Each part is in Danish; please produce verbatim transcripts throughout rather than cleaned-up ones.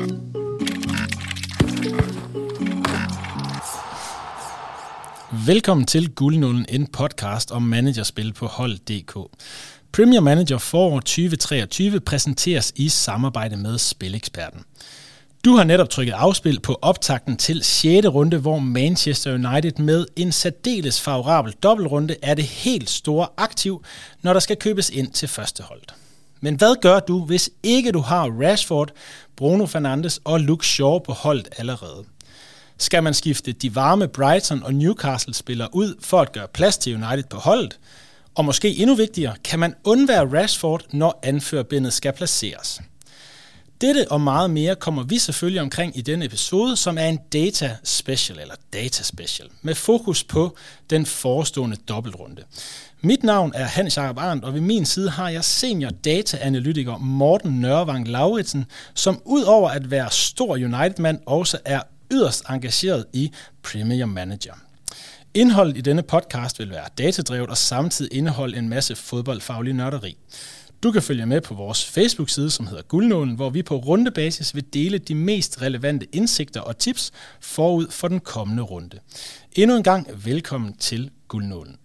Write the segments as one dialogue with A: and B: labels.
A: Velkommen til Guldnålen, en podcast om managerspil på hold punktum d k. Premier Manager forår tyve treogtyve præsenteres i samarbejde med Spileksperten. Du har netop trykket afspil på optakten til sjette runde, hvor Manchester United med en særdeles favorabel dobbeltrunde er det helt store aktiv, når der skal købes ind til førsteholdet. Men hvad gør du, hvis ikke du har Rashford, Bruno Fernandes og Luke Shaw på holdet allerede? Skal man skifte de varme Brighton og Newcastle-spillere ud for at gøre plads til United på holdet? Og måske endnu vigtigere, kan man undvære Rashford, når anførerbindet skal placeres? Dette og meget mere kommer vi selvfølgelig omkring i denne episode, som er en data special, eller data special, med fokus på den forestående dobbeltrunde. Mit navn er Hans Jakob Arndt, og ved min side har jeg senior data-analytiker Morten Nørvang Lauritsen, som udover at være stor United-mand, også er yderst engageret i Premier Manager. Indholdet i denne podcast vil være datadrevet og samtidig indeholde en masse fodboldfaglig nørderi. Du kan følge med på vores Facebook-side, som hedder Guldnålen, hvor vi på rundebasis vil dele de mest relevante indsigter og tips forud for den kommende runde. Endnu en gang velkommen til Guldnålen.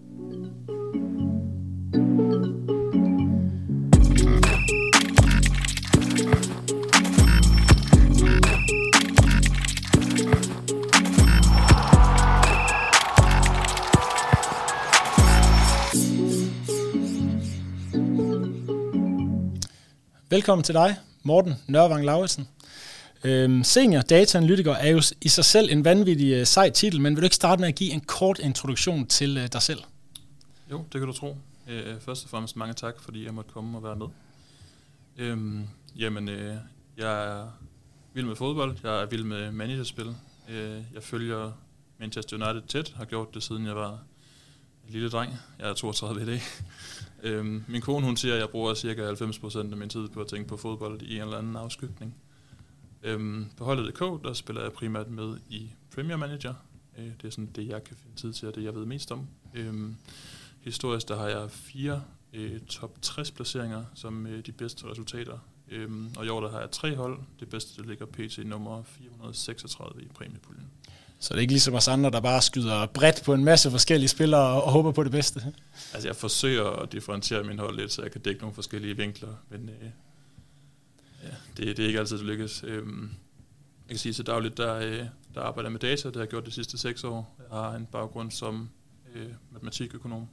A: Velkommen til dig, Morten Nørvang Lauritsen. Øhm, senior data-analytiker er jo i sig selv en vanvittig uh, sej titel, men vil du ikke starte med at give en kort introduktion til uh, dig selv?
B: Jo, det kan du tro. Øh, først og fremmest mange tak, fordi jeg måtte komme og være med. Øhm, jamen, øh, jeg er vild med fodbold, jeg er vild med managerspil. Øh, jeg følger Manchester United tæt, har gjort det siden jeg var en lille dreng. Jeg er toogtredive i dag. Øhm, min kone, hun siger, at jeg bruger cirka halvfems procent af min tid på at tænke på fodbold i en eller anden afskygning. Øhm, på holdet punktum d k, der spiller jeg primært med i Premier Manager. Øh, det er sådan det, jeg kan finde tid til, og det jeg ved mest om. Øhm, historisk, der har jeg fire øh, top tres placeringer som øh, de bedste resultater. Øhm, og i år, der har jeg tre hold. Det bedste, det ligger pt. Nummer fire hundrede seksogtredive i præmiepuljen.
A: Så det er ikke ligesom os andre, der bare skyder bredt på en masse forskellige spillere og håber på det bedste?
B: Altså, jeg forsøger at differentiere min hold lidt, så jeg kan dække nogle forskellige vinkler, men øh, ja, det, det er ikke altid, det lykkes. Øhm, jeg kan sige, så dagligt, der, øh, der arbejder jeg med data, det har jeg gjort de sidste seks år. Jeg har en baggrund som øh, matematikøkonom.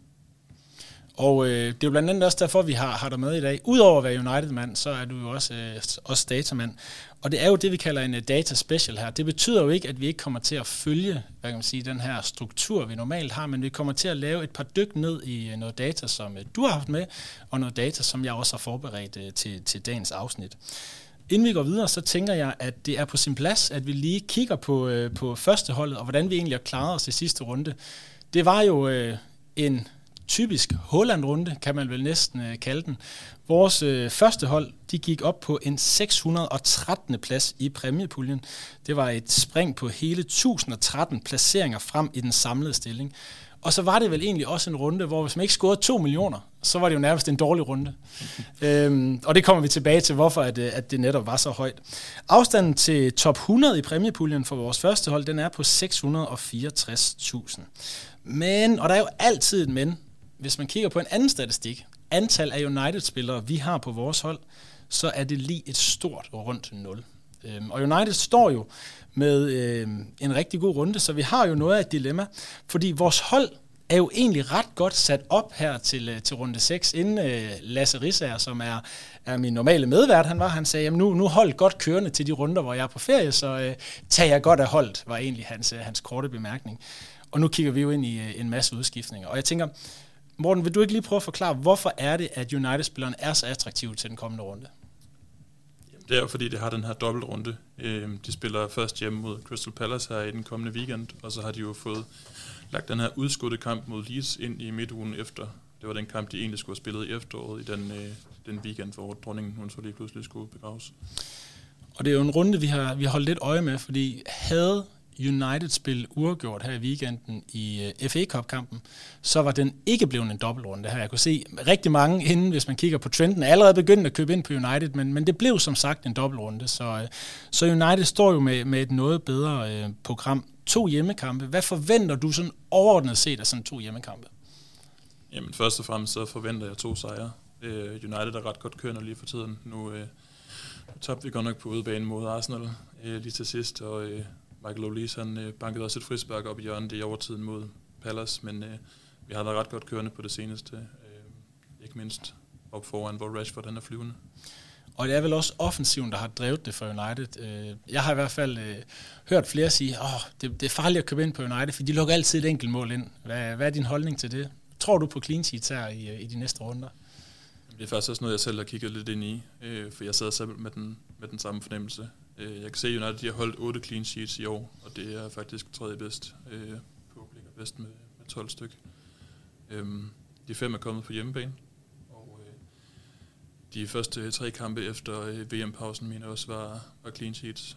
A: Og øh, det er jo blandt andet også derfor, vi har, har dig med i dag. Udover at være United-mand, så er du jo også, øh, også datamand. Og det er jo det, vi kalder en uh, data special her. Det betyder jo ikke, at vi ikke kommer til at følge, hvad kan man sige, den her struktur, vi normalt har, men vi kommer til at lave et par dyk ned i uh, noget data, som uh, du har haft med, og noget data, som jeg også har forberedt uh, til, til dagens afsnit. Inden vi går videre, så tænker jeg, at det er på sin plads, at vi lige kigger på, uh, på førsteholdet, og hvordan vi egentlig har klaret os i sidste runde. Det var jo uh, en typisk Haaland-runde, kan man vel næsten øh, kalde den. Vores øh, første hold, de gik op på en seks hundrede og tretten plads i præmiepuljen. Det var et spring på hele tusind og tretten placeringer frem i den samlede stilling. Og så var det vel egentlig også en runde, hvor hvis man ikke scorede to millioner, så var det jo nærmest en dårlig runde. øhm, og det kommer vi tilbage til, hvorfor at, at det netop var så højt. Afstanden til top hundrede i præmiepuljen for vores første hold, den er på seks hundrede og fireogtres tusind. Men, og der er jo altid et men, hvis man kigger på en anden statistik, antal af United-spillere, vi har på vores hold, så er det lige et stort og rundt nul. Øhm, og United står jo med øhm, en rigtig god runde, så vi har jo noget af et dilemma, fordi vores hold er jo egentlig ret godt sat op her til, til runde seks, inden øh, Lasse Risager, som er, er min normale medvært, han var, han sagde, jamen nu, nu hold godt kørende til de runder, hvor jeg er på ferie, så øh, tag jeg godt af holdet, var egentlig hans, hans korte bemærkning. Og nu kigger vi jo ind i øh, en masse udskiftninger, og jeg tænker, Morten, vil du ikke lige prøve at forklare, hvorfor er det, at United-spillerne er så attraktive til den kommende runde?
B: Det er jo fordi, det har den her dobbeltrunde. De spiller først hjemme mod Crystal Palace her i den kommende weekend, og så har de jo fået lagt den her udskudte kamp mod Leeds ind i midtugen efter. Det var den kamp, de egentlig skulle have spillet i efteråret i den, den weekend, hvor dronningen hun så lige pludselig skulle begraves.
A: Og det er jo en runde, vi har, vi har holdt lidt øje med, fordi havde United spille uafgjort her i weekenden i uh, F A Cup-kampen, så var den ikke blevet en dobbeltrunde her. Jeg kunne se rigtig mange inden, hvis man kigger på trenden, er allerede begyndt at købe ind på United, men, men det blev som sagt en dobbeltrunde. Så, uh, så United står jo med, med et noget bedre uh, program. To hjemmekampe. Hvad forventer du sådan overordnet set af sådan to hjemmekampe?
B: Jamen først og fremmest så forventer jeg to sejre. Uh, United er ret godt kørende lige for tiden. Nu uh, tabte vi godt nok på udebane mod Arsenal uh, lige til sidst, og uh, Michael Olise, han uh, bankede også et frispark op i hjørnet i overtiden mod Palace, men uh, vi har været ret godt kørende på det seneste. Uh, ikke mindst op foran, hvor Rashford han er flyvende.
A: Og det er vel også offensiven, der har drevet det for United. Jeg har i hvert fald øh, hørt flere sige, at det, det er farligt at købe ind på United, for de lukker altid et enkelt mål ind. Hvad, hvad er din holdning til det? Tror du på clean sheets her i, i de næste runder?
B: Det er faktisk også noget, jeg selv har kigget lidt ind i, øh, for jeg sad selv med den, med den samme fornemmelse. Jeg kan se, at United de har holdt otte clean sheets i år, og det er faktisk tredje bedst. Øh, på ligger bedst med, med tolv styk. Øh, de fem er kommet på hjemmebane. De første tre kampe efter V M-pausen, mener også, var, var clean sheets.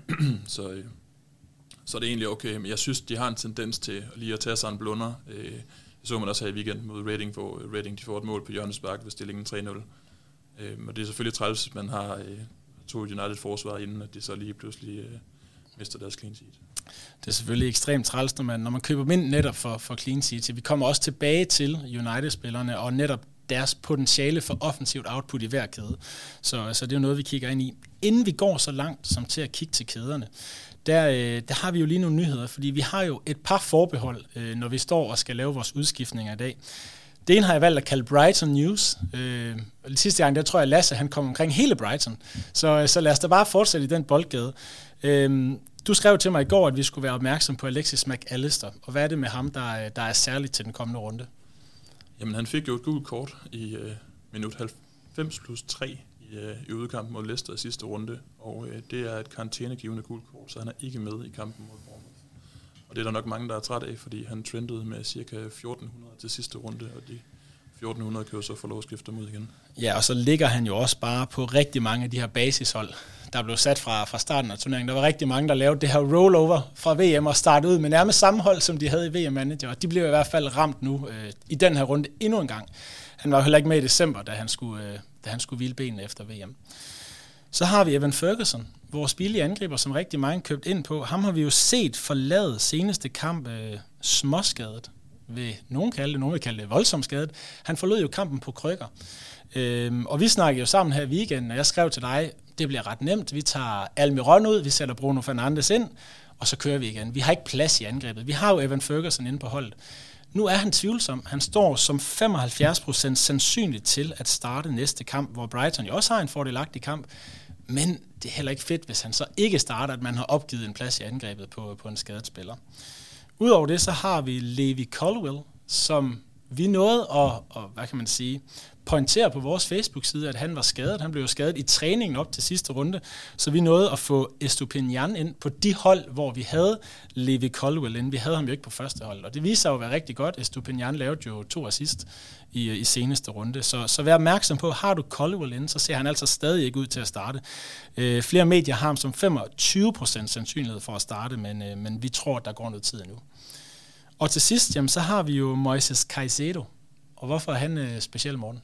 B: så, øh, så er det egentlig okay. Men jeg synes, de har en tendens til lige at tage sig en blunder. Øh, det så man også her i weekend mod Reading, hvor Reading de får et mål på hjørnespark ved stillingen tre nul. Øh, og det er selvfølgelig træls, hvis man har øh, to United-forsvar inden, at de så lige pludselig øh, mister deres clean sheet.
A: Det er selvfølgelig ekstremt træls, når man, når man køber dem ind netop for, for clean sheets. Vi kommer også tilbage til United-spillerne, og netop deres potentiale for offensivt output i hver kæde. Så, så det er jo noget, vi kigger ind i. Inden vi går så langt som til at kigge til kæderne, der, øh, der har vi jo lige nogle nyheder, fordi vi har jo et par forbehold, øh, når vi står og skal lave vores udskiftninger i dag. Det ene har jeg valgt at kalde Brighton News. Øh, og sidste gang, der tror jeg, Lasse han kom omkring hele Brighton. Så, så lad os da bare fortsætte i den boldgade. Øh, du skrev til mig i går, at vi skulle være opmærksom på Alexis McAllister. Og hvad er det med ham, der, der er særligt til den kommende runde?
B: Jamen, han fik jo et gult kort i øh, minut halvfems plus tre i, øh, i udkampen mod Leicester i sidste runde, og øh, det er et karantænegivende gult kort, så han er ikke med i kampen mod Bournemouth. Og det er der nok mange, der er træt af, fordi han trendede med cirka fjorten hundrede til sidste runde, og de fjorten hundrede kan jo så få lov at skifte dem ud igen.
A: Ja, og så ligger han jo også bare på rigtig mange af de her basishold, der blev sat fra, fra starten af turneringen. Der var rigtig mange, der lavede det her rollover fra V M og startede ud med nærmest samme hold, som de havde i V M-manager. Og de blev i hvert fald ramt nu øh, i den her runde endnu en gang. Han var jo heller ikke med i december, da han skulle, øh, da han skulle hvile benene efter V M. Så har vi Evan Ferguson, vores billige angriber, som rigtig mange købt ind på. Ham har vi jo set forlade seneste kamp øh, småskadet, vil nogen kalde det, nogen vil kalde det voldsomt skadet. Han forlod jo kampen på krykker. Øhm, og vi snakkede jo sammen her i weekenden, og jeg skrev til dig, det bliver ret nemt. Vi tager Almiron ud, vi sætter Bruno Fernandes ind, og så kører vi igen. Vi har ikke plads i angrebet. Vi har jo Evan Ferguson inde på holdet. Nu er han tvivlsom. Han står som femoghalvfjerds procent sandsynligt til at starte næste kamp, hvor Brighton jo også har en fordelagtig kamp. Men det er heller ikke fedt, hvis han så ikke starter, at man har opgivet en plads i angrebet på, på en skadet spiller. Udover det, så har vi Levi Colwill, som vi nåede at, og, hvad kan man sige, pointere på vores Facebook-side, at han var skadet. Han blev jo skadet i træningen op til sidste runde, så vi nåede at få Estupiñán ind på de hold, hvor vi havde Levi Colwill ind. Vi havde ham jo ikke på første hold, og det viser sig jo at være rigtig godt. Estupiñán lavede jo to assist i, i seneste runde, så, så vær opmærksom på, har du Colwill ind, så ser han altså stadig ikke ud til at starte. Øh, flere medier har ham som femogtyve procent sandsynlighed for at starte, men, øh, men vi tror, at der går noget tid endnu. Og til sidst, jamen, så har vi jo Moises Caicedo. Og hvorfor er han øh, speciel, Morten?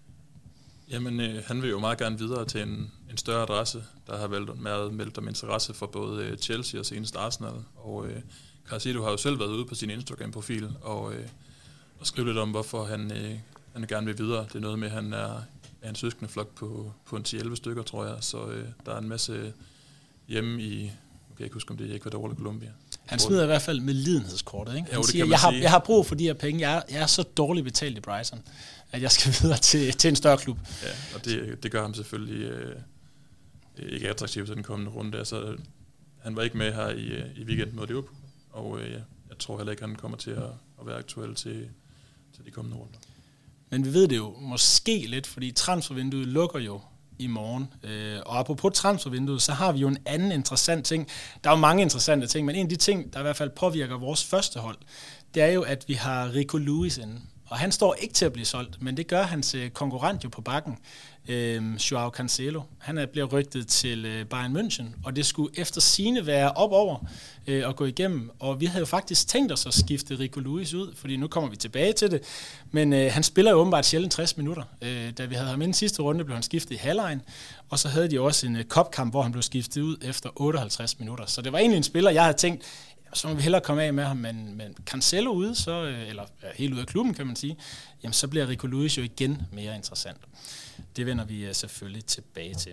B: Jamen, øh, han vil jo meget gerne videre til en, en større adresse, der har vel med meldt om interesse for både øh, Chelsea og senest Arsenal. Og øh, Caicedo har jo selv været ude på sin Instagram-profil og, øh, og skrevet lidt om, hvorfor han, øh, han gerne vil videre. Det er noget med, at han er, er en søskende flok på, på en ti elleve stykker, tror jeg. Så øh, der er en masse hjemme i, okay, jeg kan ikke huske, om det er Ecuador eller Colombia.
A: Han smider i hvert fald med lidenhedskortet, ikke? Han
B: jo,
A: siger, jeg har, jeg har brug for de her penge. Jeg er, jeg er så dårligt betalt i Brighton, at jeg skal videre til, til en større klub.
B: Ja, og det, det gør ham selvfølgelig øh, ikke attraktivt til den kommende runde. Altså, han var ikke med her i, i weekenden mod Liverpool, og øh, jeg tror heller ikke, han kommer til at, at være aktuel til, til de kommende runder.
A: Men vi ved det jo måske lidt, fordi transfervinduet lukker jo i morgen. Og apropos transfervinduet, så har vi jo en anden interessant ting. Der er jo mange interessante ting, men en af de ting, der i hvert fald påvirker vores første hold, det er jo, at vi har Rico Lewis inde. Og han står ikke til at blive solgt, men det gør hans konkurrent jo på bakken, øh, Joao Cancelo. Han er blevet rygtet til øh, Bayern München, og det skulle efter sigende være op over øh, og gå igennem. Og vi havde jo faktisk tænkt os at skifte Rico Lewis ud, fordi nu kommer vi tilbage til det. Men øh, han spiller jo åbenbart sjældent tres minutter. Øh, da vi havde ham inden sidste runde, blev han skiftet i halvlejen, og så havde de også en øh, cupkamp, hvor han blev skiftet ud efter otteoghalvtreds minutter. Så det var egentlig en spiller, jeg havde tænkt, så må vi hellere komme af med ham, men, men Cancelo ude, så, eller ja, helt ude af klubben, kan man sige, jamen så bliver Rico Lewis jo igen mere interessant. Det vender vi selvfølgelig tilbage til.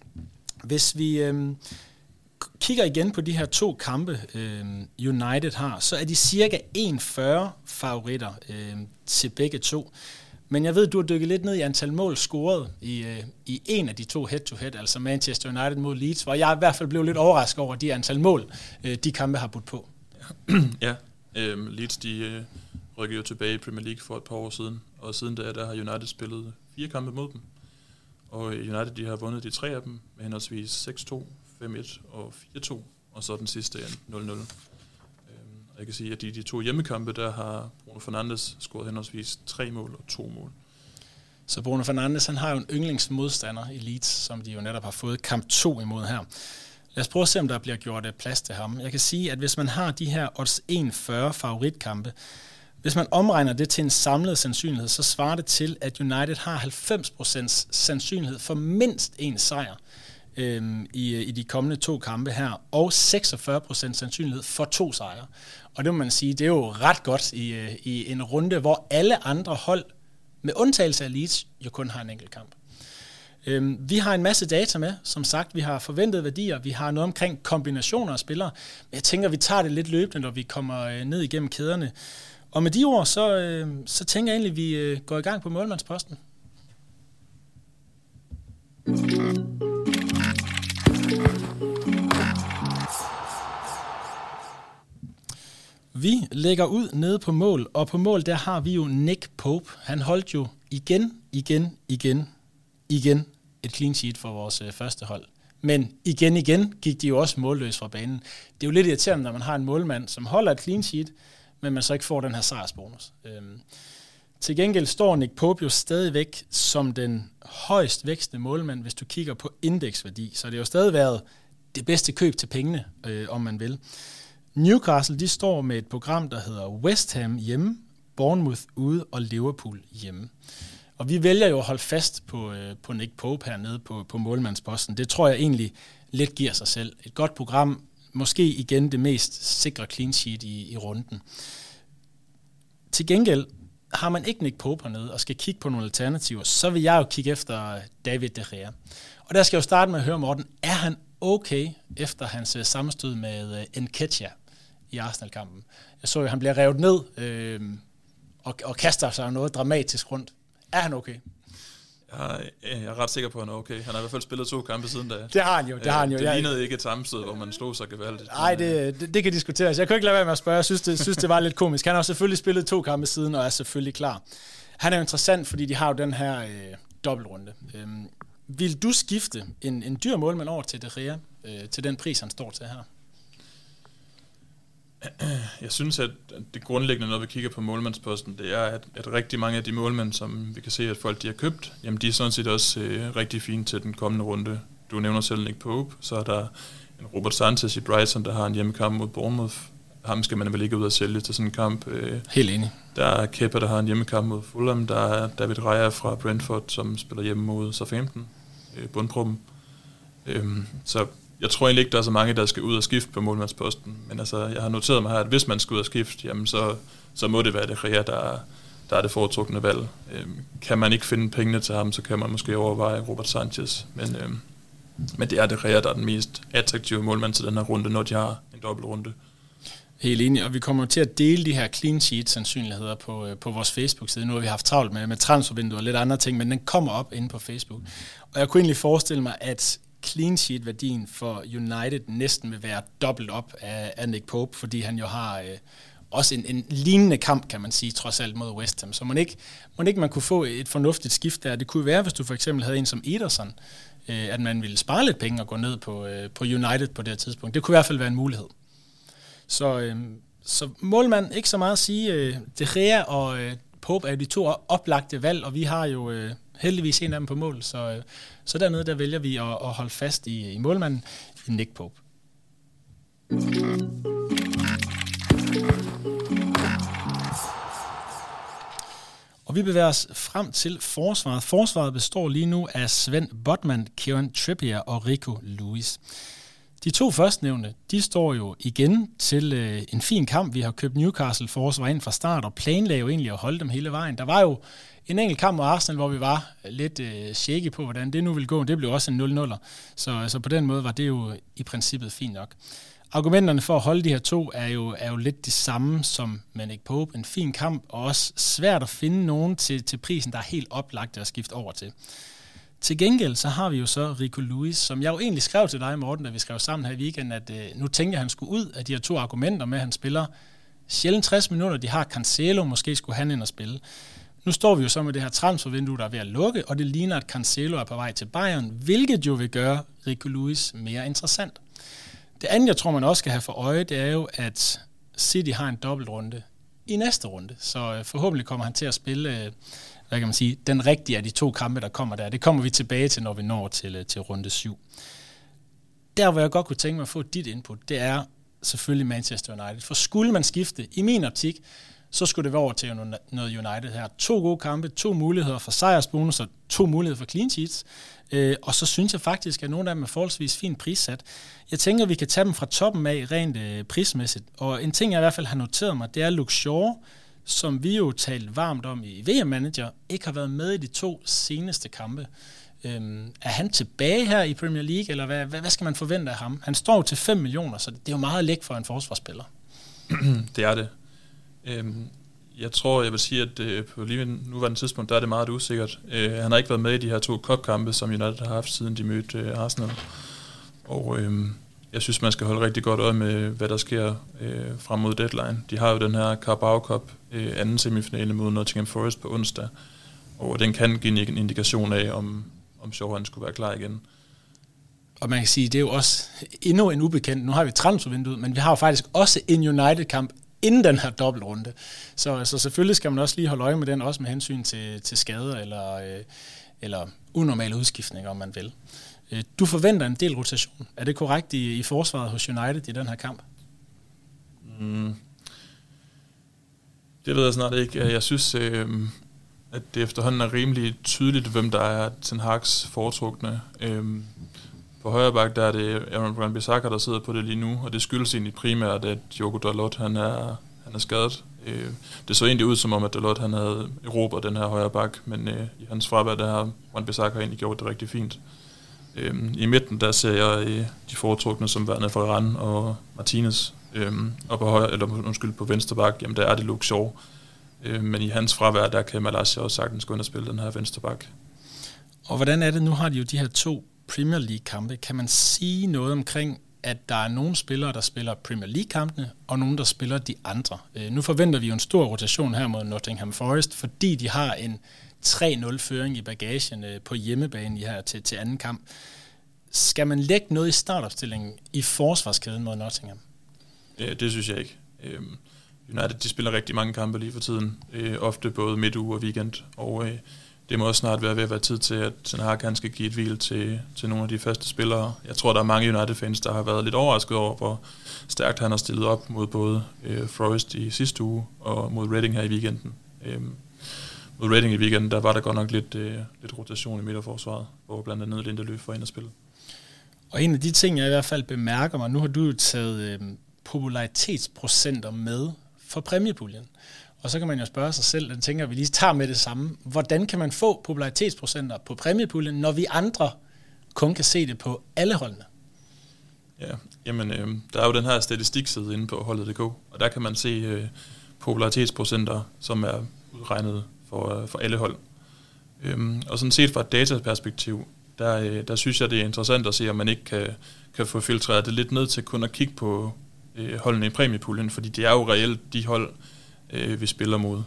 A: Hvis vi øh, kigger igen på de her to kampe, øh, United har, så er de cirka en komma fyrre favoritter øh, til begge to. Men jeg ved, du har dykket lidt ned i antal mål scoret i, øh, i en af de to head-to-head, altså Manchester United mod Leeds, hvor jeg i hvert fald blev lidt overrasket over de antal mål, øh, de kampe har budt på.
B: Ja, øh, Leeds de øh, rykkede jo tilbage i Premier League for et par år siden, og siden da der har United spillet fire kampe mod dem. Og United de har vundet de tre af dem med henholdsvis seks to, fem et og fire to, og så den sidste nul nul. Jeg kan sige, at i de to hjemmekampe, der har Bruno Fernandes scoret henholdsvis tre mål og to mål.
A: Så Bruno Fernandes, han har jo en yndlingsmodstander i Leeds, som de jo netop har fået kamp to imod her. Lad os prøve at se, om der bliver gjort plads til ham. Jeg kan sige, at hvis man har de her odds en komma fyrre favoritkampe, hvis man omregner det til en samlet sandsynlighed, så svarer det til, at United har halvfems procent sandsynlighed for mindst en sejr øhm, i, i de kommende to kampe her, og seksogfyrre procent sandsynlighed for to sejre. Og det må man sige, det er jo ret godt i, i en runde, hvor alle andre hold, med undtagelse af Leeds, jo kun har en enkelt kamp. Øhm, vi har en masse data med, som sagt, vi har forventede værdier, vi har noget omkring kombinationer af spillere, men jeg tænker, vi tager det lidt løbende, når vi kommer ned igennem kæderne. Og med de ord, så, øh, så tænker jeg egentlig, at vi øh, går i gang på målmandsposten. Vi lægger ud nede på mål, og på mål der har vi jo Nick Pope. Han holdt jo igen, igen, igen, igen et clean sheet for vores øh, første hold. Men igen, igen gik de jo også målløs fra banen. Det er jo lidt irriterende, når man har en målmand, som holder et clean sheet, men man så ikke får den her sejrsbonus. Øhm, til gengæld står Nick Pope jo stadigvæk som den højst vækstende målmand, hvis du kigger på indeksværdi. Så det har jo stadig været det bedste køb til pengene, øh, om man vil. Newcastle, de står med et program, der hedder West Ham hjemme, Bournemouth ude og Liverpool hjemme. Og vi vælger jo at holde fast på, øh, på Nick Pope hernede på, på målmandsposten. Det tror jeg egentlig lidt giver sig selv. Et godt program, måske igen det mest sikre clean sheet i, i runden. Til gengæld har man ikke Nick Pope hernede og skal kigge på nogle alternativer, så vil jeg jo kigge efter David De Gea. Og der skal jeg jo starte med at høre, Morten, er han okay efter hans uh, sammenstød med uh, Nketiah i Arsenal-kampen? Jeg så jo, han bliver revet ned øh, og, og kaster sig noget dramatisk rundt. Er han okay?
B: Jeg er ret sikker på, at han er okay. Han har i hvert fald spillet to kampe siden da.
A: Det har han jo. Det, har han jo.
B: det lignede ikke et sammenstød, hvor man slog sig gevaldigt.
A: Nej, det, det, det kan diskuteres. Jeg kunne ikke lade være med at spørge. Jeg synes, det, synes, det var lidt komisk. Han har selvfølgelig spillet to kampe siden, og er selvfølgelig klar. Han er jo interessant, fordi de har jo den her øh, dobbeltrunde. Øhm, vil du skifte en, en dyr målmand over til De Gea, øh, til den pris, han står til her?
B: Jeg synes, at det grundlæggende, når vi kigger på målmandsposten, det er, at, at rigtig mange af de målmænd, som vi kan se, at folk de har købt, jamen de er sådan set også øh, rigtig fine til den kommende runde. Du nævner selv Nick Pope, så er der en Robert Sanchez i Brighton, der har en hjemmekamp mod Bournemouth. Ham skal man vel ikke ud og sælge til sådan en kamp. Øh,
A: Helt enig.
B: Der er Kepa, der har en hjemmekamp mod Fulham. Der er David Raya fra Brentford, som spiller hjemme mod Southampton, øh, bundproppen. Øh, så jeg tror egentlig ikke, der er så mange, der skal ud og skifte på målmandsposten, men altså, jeg har noteret mig her, at hvis man skal ud og skifte, jamen så, så må det være De Gea, der, der er det foretrukne valg. Øhm, kan man ikke finde pengene til ham, så kan man måske overveje Robert Sanchez, men, øhm, men det er De Gea, der er den mest attraktive målmand til den her runde, når de har en dobbeltrunde. Helt enig, og vi kommer til at dele de her clean sheet sandsynligheder på, på vores Facebook-side. Nu har vi haft travlt med, med transfervinduer og lidt andre ting, men den kommer op inde på Facebook. Og jeg kunne egentlig forestille mig, at clean sheet-værdien for United næsten vil være dobbelt op af, af Nick Pope, fordi han jo har øh, også en, en lignende kamp, kan man sige, trods alt mod West Ham. Så man ikke, man ikke man kunne få et fornuftigt skift der. Det kunne være, hvis du for eksempel havde en som Ederson, øh, at man ville spare lidt penge og gå ned på, øh, på United på det her tidspunkt. Det kunne i hvert fald være en mulighed. Så, øh, så målmand, ikke så meget at sige. Øh, De Gea og øh,
A: Pope er de to oplagte valg, og vi har jo øh, heldigvis en af dem på mål, så, øh, så dernede der vælger vi at, at holde fast i, i målmanden, i Nick Pope. Og vi bevæger os frem til forsvaret. Forsvaret består lige nu af Sven Botman, Kieran Trippier og Rico Lewis. De to førstnævnte, de står jo igen til øh, en fin kamp. Vi har købt Newcastle-forsvar ind fra start, og planlagde jo egentlig at holde dem hele vejen. Der var jo en enkelt kamp mod Arsenal, hvor vi var lidt øh, shaky på, hvordan det nu ville gå. Det blev også en nul-nuller, så, så på den måde var det jo i princippet fint nok. Argumenterne for at holde de her to er jo, er jo lidt de samme som med Nick Pope. En fin kamp, og også svært at finde nogen til, til prisen, der er helt oplagt at skifte over til. Til gengæld så har vi jo så Rico Lewis, som jeg jo egentlig skrev til dig, Morten, da vi skrev sammen her i weekenden, at øh, nu tænkte jeg, at han skulle ud af de her to argumenter med, at han spiller sjældent tres minutter. De har Cancelo, måske skulle han ind og spille. Nu står vi jo så med det her transfervindue, der er ved at lukke, og det ligner, at Cancelo er på vej til Bayern, hvilket jo vil gøre Rico Lewis mere interessant. Det andet, jeg tror, man også skal have for øje, det er jo, at City har en dobbeltrunde i næste runde, så forhåbentlig kommer han til at spille, hvad kan man sige, den rigtige af de to kampe, der kommer der. Det kommer vi tilbage til, når vi når til, til runde syv. Der, hvor jeg godt kunne tænke mig at få dit input, det er selvfølgelig Manchester United. For skulle man skifte, i min optik, så skulle det være over til noget United her. To gode kampe, to muligheder for sejrsbonus og to muligheder for clean sheets. Øh, og så synes jeg faktisk, at nogle af dem er forholdsvis fint prissat. Jeg tænker, at vi kan tage dem fra toppen af rent øh, prismæssigt. Og en ting, jeg i hvert fald har noteret mig, det er Luke Shaw, som vi jo talt varmt om i V M-manager, ikke har været med i de to seneste kampe. Øhm, er han tilbage her i Premier League, eller hvad, hvad, hvad skal man forvente af ham? Han står jo til fem millioner, så det er jo meget læk for en forsvarsspiller.
B: Det er det. Øhm, jeg tror, jeg vil sige, at øh, på lige nuværende tidspunkt, der er det meget usikkert. Øh, han har ikke været med i de her to cup-kampe, som United har haft, siden de mødte øh, Arsenal. Og øh, jeg synes, man skal holde rigtig godt øje med, hvad der sker øh, frem mod deadline. De har jo den her Carabao Cup øh, anden semifinale mod Nottingham Forest på onsdag, og den kan give en indikation af, om, om Shaw han skulle være klar igen.
A: Og man kan sige, det er jo også endnu en ubekendt. Nu har vi transfervinduet, men vi har jo faktisk også en United-kamp inden den her dobbeltrunde. Så, så selvfølgelig skal man også lige holde øje med den, også med hensyn til, til skader eller, øh, eller unormale udskiftninger, om man vil. Øh, du forventer en del rotation. Er det korrekt i, i forsvaret hos United i den her kamp?
B: Mm. Det ved jeg snart ikke. Jeg synes, øh, at det efterhånden er rimelig tydeligt, hvem der er Ten Hag's foretrukne. Øh, På højre bak, der er det Aaron Wan-Bissaka, der sidder på det lige nu, og det skyldes egentlig primært, at Diogo Dalot, han er, han er skadet. Øh, det så egentlig ud som om, at Dalot, han havde erobret den her højre bak, men øh, i hans fravær, der har Wan-Bissaka egentlig gjort det rigtig fint. Øh, I midten, der ser jeg øh, de foretrukne som værende Varane og Martinez, øh, og på højre, eller undskyld, på venstre bak, jamen der er det Luke Shaw. Øh, men i hans fravær, der kan Malacia også sagtens gå ind og spille den her venstre bak.
A: Og hvordan er det? Nu har de jo de her to Premier League-kampe. Kan man sige noget omkring, at der er nogle spillere, der spiller Premier League-kampene, og nogle, der spiller de andre? Øh, nu forventer vi jo en stor rotation her mod Nottingham Forest, fordi de har en tre nul-føring i bagagen øh, på hjemmebane her til, til anden kamp. Skal man lægge noget i startopstillingen i forsvarskæden mod Nottingham?
B: Øh, det synes jeg ikke. Øh, United, de spiller rigtig mange kampe lige for tiden. Øh, ofte både midtuge og weekend, og øh, det må også snart være ved at være tid til, at Ten Hag kan skal give et hvil til, til nogle af de faste spillere. Jeg tror, der er mange United-fans, der har været lidt overrasket over, hvor stærkt han har stillet op mod både øh, Forest i sidste uge og mod Reading her i weekenden. Øhm, mod Reading i weekenden, der var der godt nok lidt, øh, lidt rotation i midterforsvaret, hvor blandt andet Lindeløf var inde og spille. Og
A: en af de ting, jeg i hvert fald bemærker mig, nu har du jo taget øh, popularitetsprocenter med for præmiepuljen. Og så kan man jo spørge sig selv, den tænker vi lige tager med det samme. Hvordan kan man få popularitetsprocenter på præmiepuljen, når vi andre kun kan se det på alle holdene?
B: Ja, jamen øh, der er jo den her statistikside inde på holdet punktum d k, og der kan man se øh, popularitetsprocenter, som er udregnet for, øh, for alle hold. Øhm, og sådan set fra et dataperspektiv, der, øh, der synes jeg, det er interessant at se, om man ikke kan, kan få filtreret det lidt ned til kun at kigge på øh, holdene i præmiepuljen, fordi det er jo reelt de hold, vi spiller mod.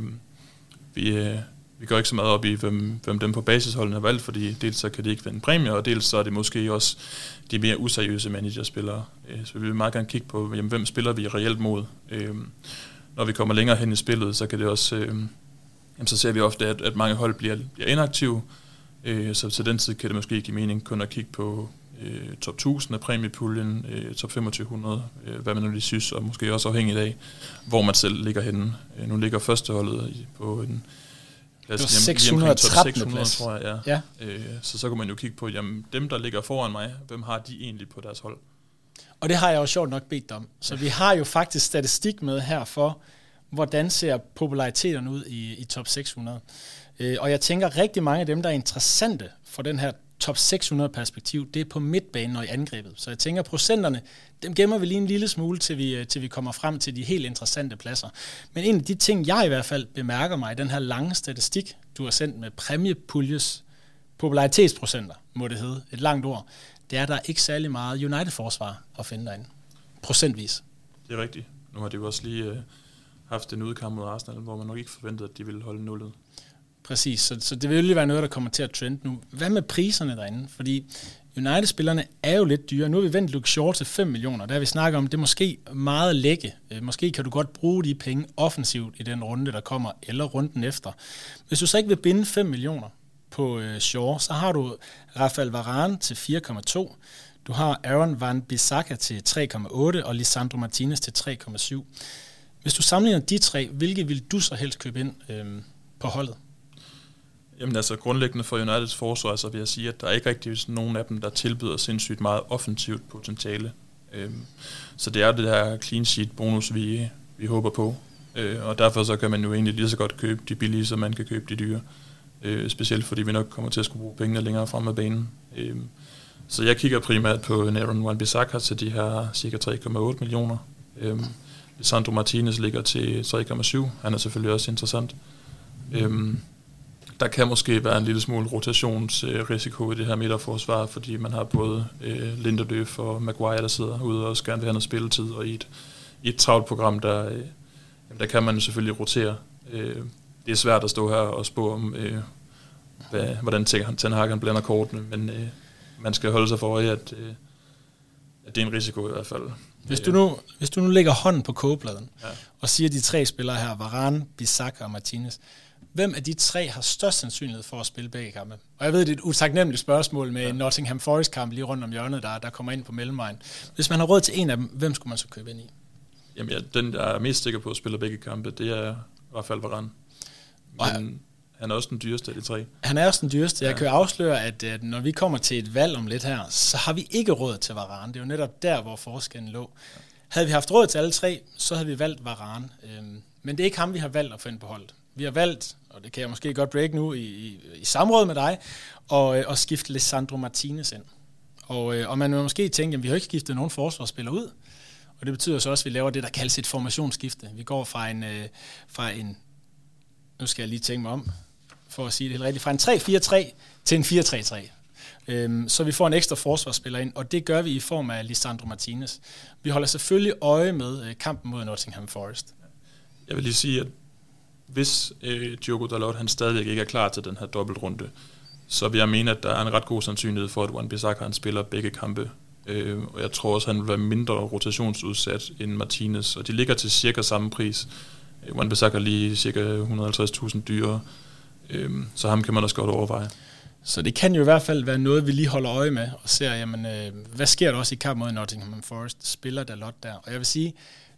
B: Vi, vi går ikke så meget op i, hvem, hvem dem på basisholdene har valgt, fordi dels så kan de ikke vinde præmier, og dels så er det måske også de mere useriøse managerspillere. Så vi vil meget gerne kigge på, jamen, hvem spiller vi reelt mod. Når vi kommer længere hen i spillet, så kan det også jamen, så ser vi ofte, at, at mange hold bliver, bliver inaktive. Øh, så til den tid kan det måske give mening kun at kigge på øh, top tusind af præmiepuljen, øh, top femogtyve hundrede, øh, hvad man nu lige synes, og måske også afhængigt af, hvor man selv ligger henne. Øh, nu ligger førsteholdet på en plads
A: det seks hundrede og tretten
B: seks hundrede, tror jeg. Ja.
A: Ja.
B: Øh, så så kan man jo kigge på, jamen dem, der ligger foran mig, hvem har de egentlig på deres hold?
A: Og det har jeg jo sjovt nok bedt om. Så vi har jo faktisk statistik med her for, hvordan ser populariteten ud i, i top seks hundrede. Øh, og jeg tænker, rigtig mange af dem, der er interessante for den her top seks hundrede perspektiv, det er på midtbanen og i angrebet. Så jeg tænker, procenterne, dem gemmer vi lige en lille smule, til vi, til vi kommer frem til de helt interessante pladser. Men en af de ting, jeg i hvert fald bemærker mig i den her lange statistik, du har sendt med præmiepuljes popularitetsprocenter, må det hedde, et langt ord, det er, der ikke særlig meget United-forsvar at finde derinde. Procentvis.
B: Det er rigtigt. Nu har de jo også lige øh, haft en udkamp mod Arsenal, hvor man nok ikke forventede, at de ville holde nullet.
A: Præcis, så, så det vil jo være noget, der kommer til at trende nu. Hvad med priserne derinde? Fordi United-spillerne er jo lidt dyre. Nu har vi vendt Luke Shaw til fem millioner. Der har vi snakket om, det er måske meget lække. Måske kan du godt bruge de penge offensivt i den runde, der kommer, eller runden efter. Hvis du så ikke vil binde fem millioner på øh, Shaw, så har du Rafael Varane til fire komma to. Du har Aaron Wan-Bissaka til tre komma otte og Lisandro Martinez til tre komma syv. Hvis du sammenligner de tre, hvilke vil du så helst købe ind øh, på holdet?
B: Jamen altså grundlæggende for Uniteds forsvar, så vil jeg sige, at der er ikke rigtig nogen af dem, der tilbyder sindssygt meget offensivt potentiale. Øhm, så det er det der clean sheet bonus, vi, vi håber på. Øh, og derfor så kan man jo egentlig lige så godt købe de billige, som man kan købe de dyre. Øh, specielt fordi vi nok kommer til at skulle bruge pengene længere frem af banen. Øh, så jeg kigger primært på Aaron Wan-Bissaka til de her cirka tre komma otte millioner. Øh, Lisandro Martinez ligger til tre komma syv. Han er selvfølgelig også interessant. Øh, Der kan måske være en lille smule rotationsrisiko i det her midterforsvar, fordi man har både øh, Lindeløf og Maguire, der sidder ude og også gerne vil have noget spilletid, og i et, i et travlt program, der, øh, der kan man selvfølgelig rotere. Øh, det er svært at stå her og spå om, øh, hvad, hvordan Ten Hag blander kortene, men øh, man skal holde sig for øje, at, øh, at det er en risiko i hvert fald.
A: Hvis du nu, hvis du nu lægger hånden på kogepladen,
B: ja.
A: og siger de tre spillere her, Varane, Bissaka og Martinez, hvem af de tre har størst sandsynlighed for at spille begge kampe? Og jeg ved, det er et utaknemmeligt spørgsmål med ja. Nottingham Forest-kamp lige rundt om hjørnet, der, der kommer ind på mellemvejen. Hvis man har råd til en af dem, hvem skulle man så købe ind i?
B: Jamen, ja, den, der er mest sikker på at spille begge kampe, det er Rafael Varane. Men han er også den dyreste af de tre. Han
A: er også den dyreste. Jeg ja. kan jo afsløre, at, at når vi kommer til et valg om lidt her, så har vi ikke råd til Varane. Det er jo netop der, hvor forskellen lå. Ja. Havde vi haft råd til alle tre, så havde vi valgt Varane. Øhm, men det er ikke ham, vi har valgt at finde på holdet. Vi har valgt, og det kan jeg måske godt break nu i, i, i samråd med dig, og, og skifte Lisandro Martinez ind. Og, og man vil måske tænke, at vi har ikke skiftet nogen forsvarsspillere ud, og det betyder så også, at vi laver det, der kaldes et formationsskifte. Vi går fra en, øh, fra en nu skal jeg lige tænke mig om, for at sige det helt rigtigt, fra en tre fire tre til en fire tre tre. Øhm, så vi får en ekstra forsvarsspiller ind, og det gør vi i form af Lisandro Martinez. Vi holder selvfølgelig øje med øh, kampen mod Nottingham Forest.
B: Jeg vil lige sige, at hvis øh, Diogo Dalot han stadig ikke er klar til den her dobbeltrunde, så vil jeg mene, at der er en ret god sandsynlighed for, at Wan-Bissaka han spiller begge kampe. Øh, og jeg tror også, at han vil være mindre rotationsudsat end Martinez, og de ligger til cirka samme pris. Øh, Wan-Bissaka lige cirka et hundrede og halvtreds tusind dyre, øh, så ham kan man også godt overveje.
A: Så det kan jo i hvert fald være noget, vi lige holder øje med, og ser, jamen, øh, hvad sker der også i kamp mod Nottingham Forest? Spiller Dalot der? Og jeg vil sige,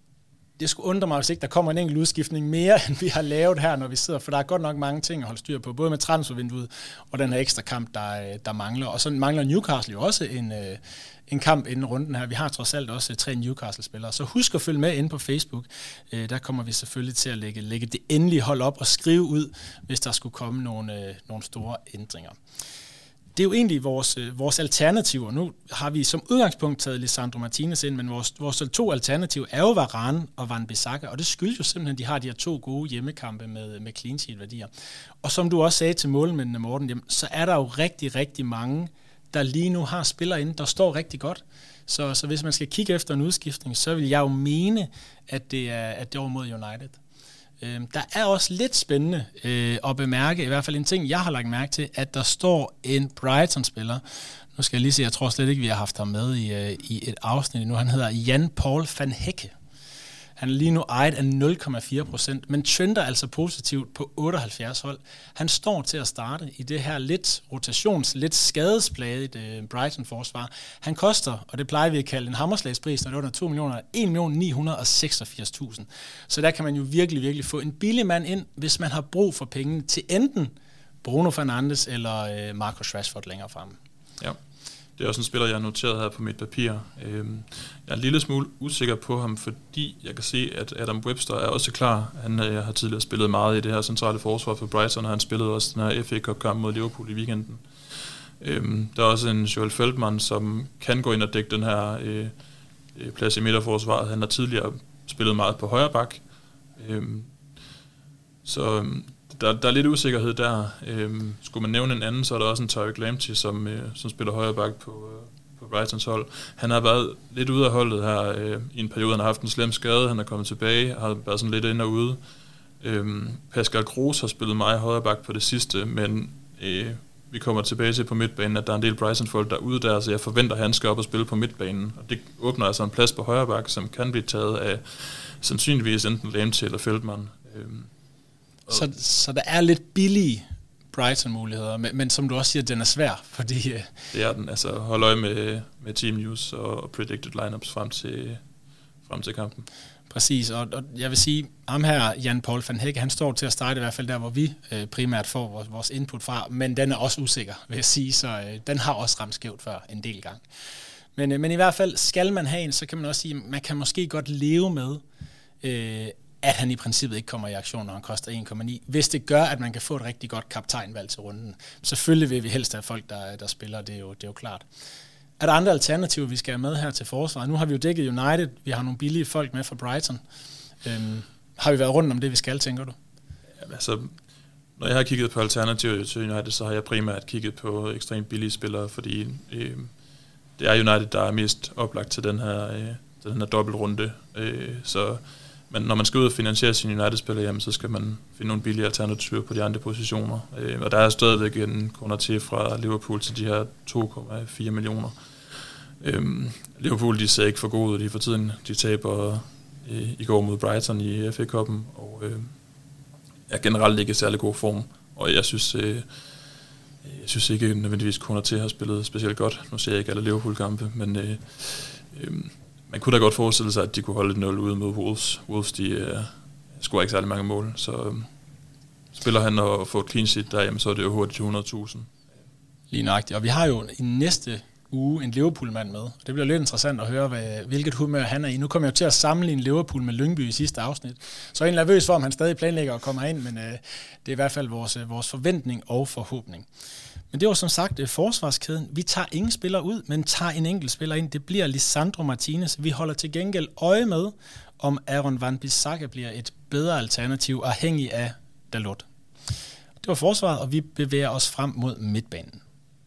A: det skulle undre mig, hvis ikke der kommer en enkelt udskiftning mere, end vi har lavet her, når vi sidder, for der er godt nok mange ting at holde styr på, både med transfervinduet og den her ekstra kamp, der, der mangler. Og så mangler Newcastle jo også en, en kamp inden runden her. Vi har trods alt også tre Newcastle-spillere, så husk at følge med inde på Facebook. Der kommer vi selvfølgelig til at lægge, lægge det endelige hold op og skrive ud, hvis der skulle komme nogle, nogle store ændringer. Det er jo egentlig vores, vores alternativer. Nu har vi som udgangspunkt taget Lisandro Martinez ind, men vores, vores to alternativer er jo Varane og Wan-Bissaka, og det skyldes jo simpelthen, at de har de her to gode hjemmekampe med, med clean sheet-værdier. Og som du også sagde til målmændene, Morten, jamen, så er der jo rigtig, rigtig mange, der lige nu har spillere inde, der står rigtig godt. Så, så hvis man skal kigge efter en udskiftning, så vil jeg jo mene, at det er, at det er over mod United. Der er også lidt spændende øh, at bemærke, i hvert fald en ting, jeg har lagt mærke til, at der står en Brighton-spiller. Nu skal jeg lige se, jeg tror slet ikke, vi har haft ham med i, øh, i et afsnit nu. Han hedder Jan Paul van Hekke. Han er lige nu ejet af nul komma fire procent, men trender altså positivt på otteoghalvfjerds hold. Han står til at starte i det her lidt rotations, lidt skadesplaget uh, Brighton-forsvar. Han koster, og det plejer vi at kalde en hammerslagspris, når det er under to millioner, en million ni hundrede og seksogfirs tusind. Så der kan man jo virkelig, virkelig få en billig mand ind, hvis man har brug for pengene til enten Bruno Fernandes eller uh, Marcus Rashford længere fremme.
B: Ja. Det er også en spiller, jeg har noteret her på mit papir. Jeg er en lille smule usikker på ham, fordi jeg kan se, at Adam Webster er også klar. Han har tidligere spillet meget i det her centrale forsvar for Brighton, og han spillede også den her F A Cup-kamp mod Liverpool i weekenden. Der er også en Joel Feldman, som kan gå ind og dække den her plads i midterforsvaret. Han har tidligere spillet meget på højre bak. Så Der, der er lidt usikkerhed der. Øhm, skulle man nævne en anden, så er der også en Tariq Lamptey, som, øh, som spiller højre bak på, øh, på Brightons hold. Han har været lidt ude af holdet her øh, i en periode. Han har haft en slem skade, han er kommet tilbage, har været sådan lidt ind og ude. Øhm, Pascal Gross har spillet meget højre bak på det sidste, men øh, vi kommer tilbage til på midtbanen, at der er en del Brighton-folk derude der, så jeg forventer, at han skal op og spille på midtbanen. Og det åbner altså en plads på højre bak, som kan blive taget af sandsynligvis enten Lamptey eller Feldman. Øhm,
A: Så, så der er lidt billige Brighton-muligheder, men, men som du også siger, den er svær, fordi... Uh...
B: Det er den. Altså hold øje med, med Team News og, og predicted lineups frem til, frem til kampen.
A: Præcis, og, og jeg vil sige, ham her, Jan Paul van Hecke, han står til at starte i hvert fald der, hvor vi øh, primært får vores, vores input fra, men den er også usikker, vil jeg sige, så øh, den har også ramt skævt før en del gang. Men, øh, men i hvert fald, skal man have en, så kan man også sige, man kan måske godt leve med... Øh, at han i princippet ikke kommer i aktion, når han koster en komma ni, hvis det gør, at man kan få et rigtig godt kaptajnvalg til runden. Selvfølgelig vil vi helst have folk, der, der spiller, det er, jo, det er jo klart. Er der andre alternativer, vi skal have med her til forsvaret? Nu har vi jo dækket United, vi har nogle billige folk med fra Brighton. Øhm, har vi været rundt om det, vi skal, tænker du?
B: Jamen, altså, når jeg har kigget på alternativer til United, så har jeg primært kigget på ekstremt billige spillere, fordi øh, det er United, der er mest oplagt til den her, øh, til den her dobbeltrunde. Øh, så Men når man skal ud og finansiere sin United-spiller, jamen, så skal man finde nogle billige alternativer på de andre positioner. Øh, og der er stadigvæk en kroner til fra Liverpool til de her to komma fire millioner. Øh, Liverpool, de ser ikke for gode ud lige for tiden. De taber øh, i går mod Brighton i F A Cup'en, og øh, er generelt ikke i særlig god form. Og jeg synes, øh, jeg synes ikke nødvendigvis kroner til har spillet specielt godt. Nu ser jeg ikke alle Liverpool-kampe, men... Øh, øh, Man kunne da godt forestille sig, at de kunne holde et nul ude mod Wolves. Wolves, de uh, scorer ikke særlig mange mål, så um, spiller han og får et clean sheet der, jamen, så er det jo hurtigt til hundrede tusind.
A: Lige nøjagtigt. Og vi har jo i næste uge en Liverpool-mand med. Det bliver lidt interessant at høre, hvad, hvilket humør han er i. Nu kommer jeg jo til at sammenligne Liverpool med Lyngby i sidste afsnit. Så jeg er nervøs for, om han stadig planlægger at komme ind, men uh, det er i hvert fald vores, uh, vores forventning og forhåbning. Men det var som sagt forsvarskæden. Vi tager ingen spillere ud, men tager en enkelt spiller ind. Det bliver Lisandro Martinez. Vi holder til gengæld øje med, om Aaron Wan-Bissaka bliver et bedre alternativ, afhængig af Dalot. Det var forsvaret, og vi bevæger os frem mod midtbanen.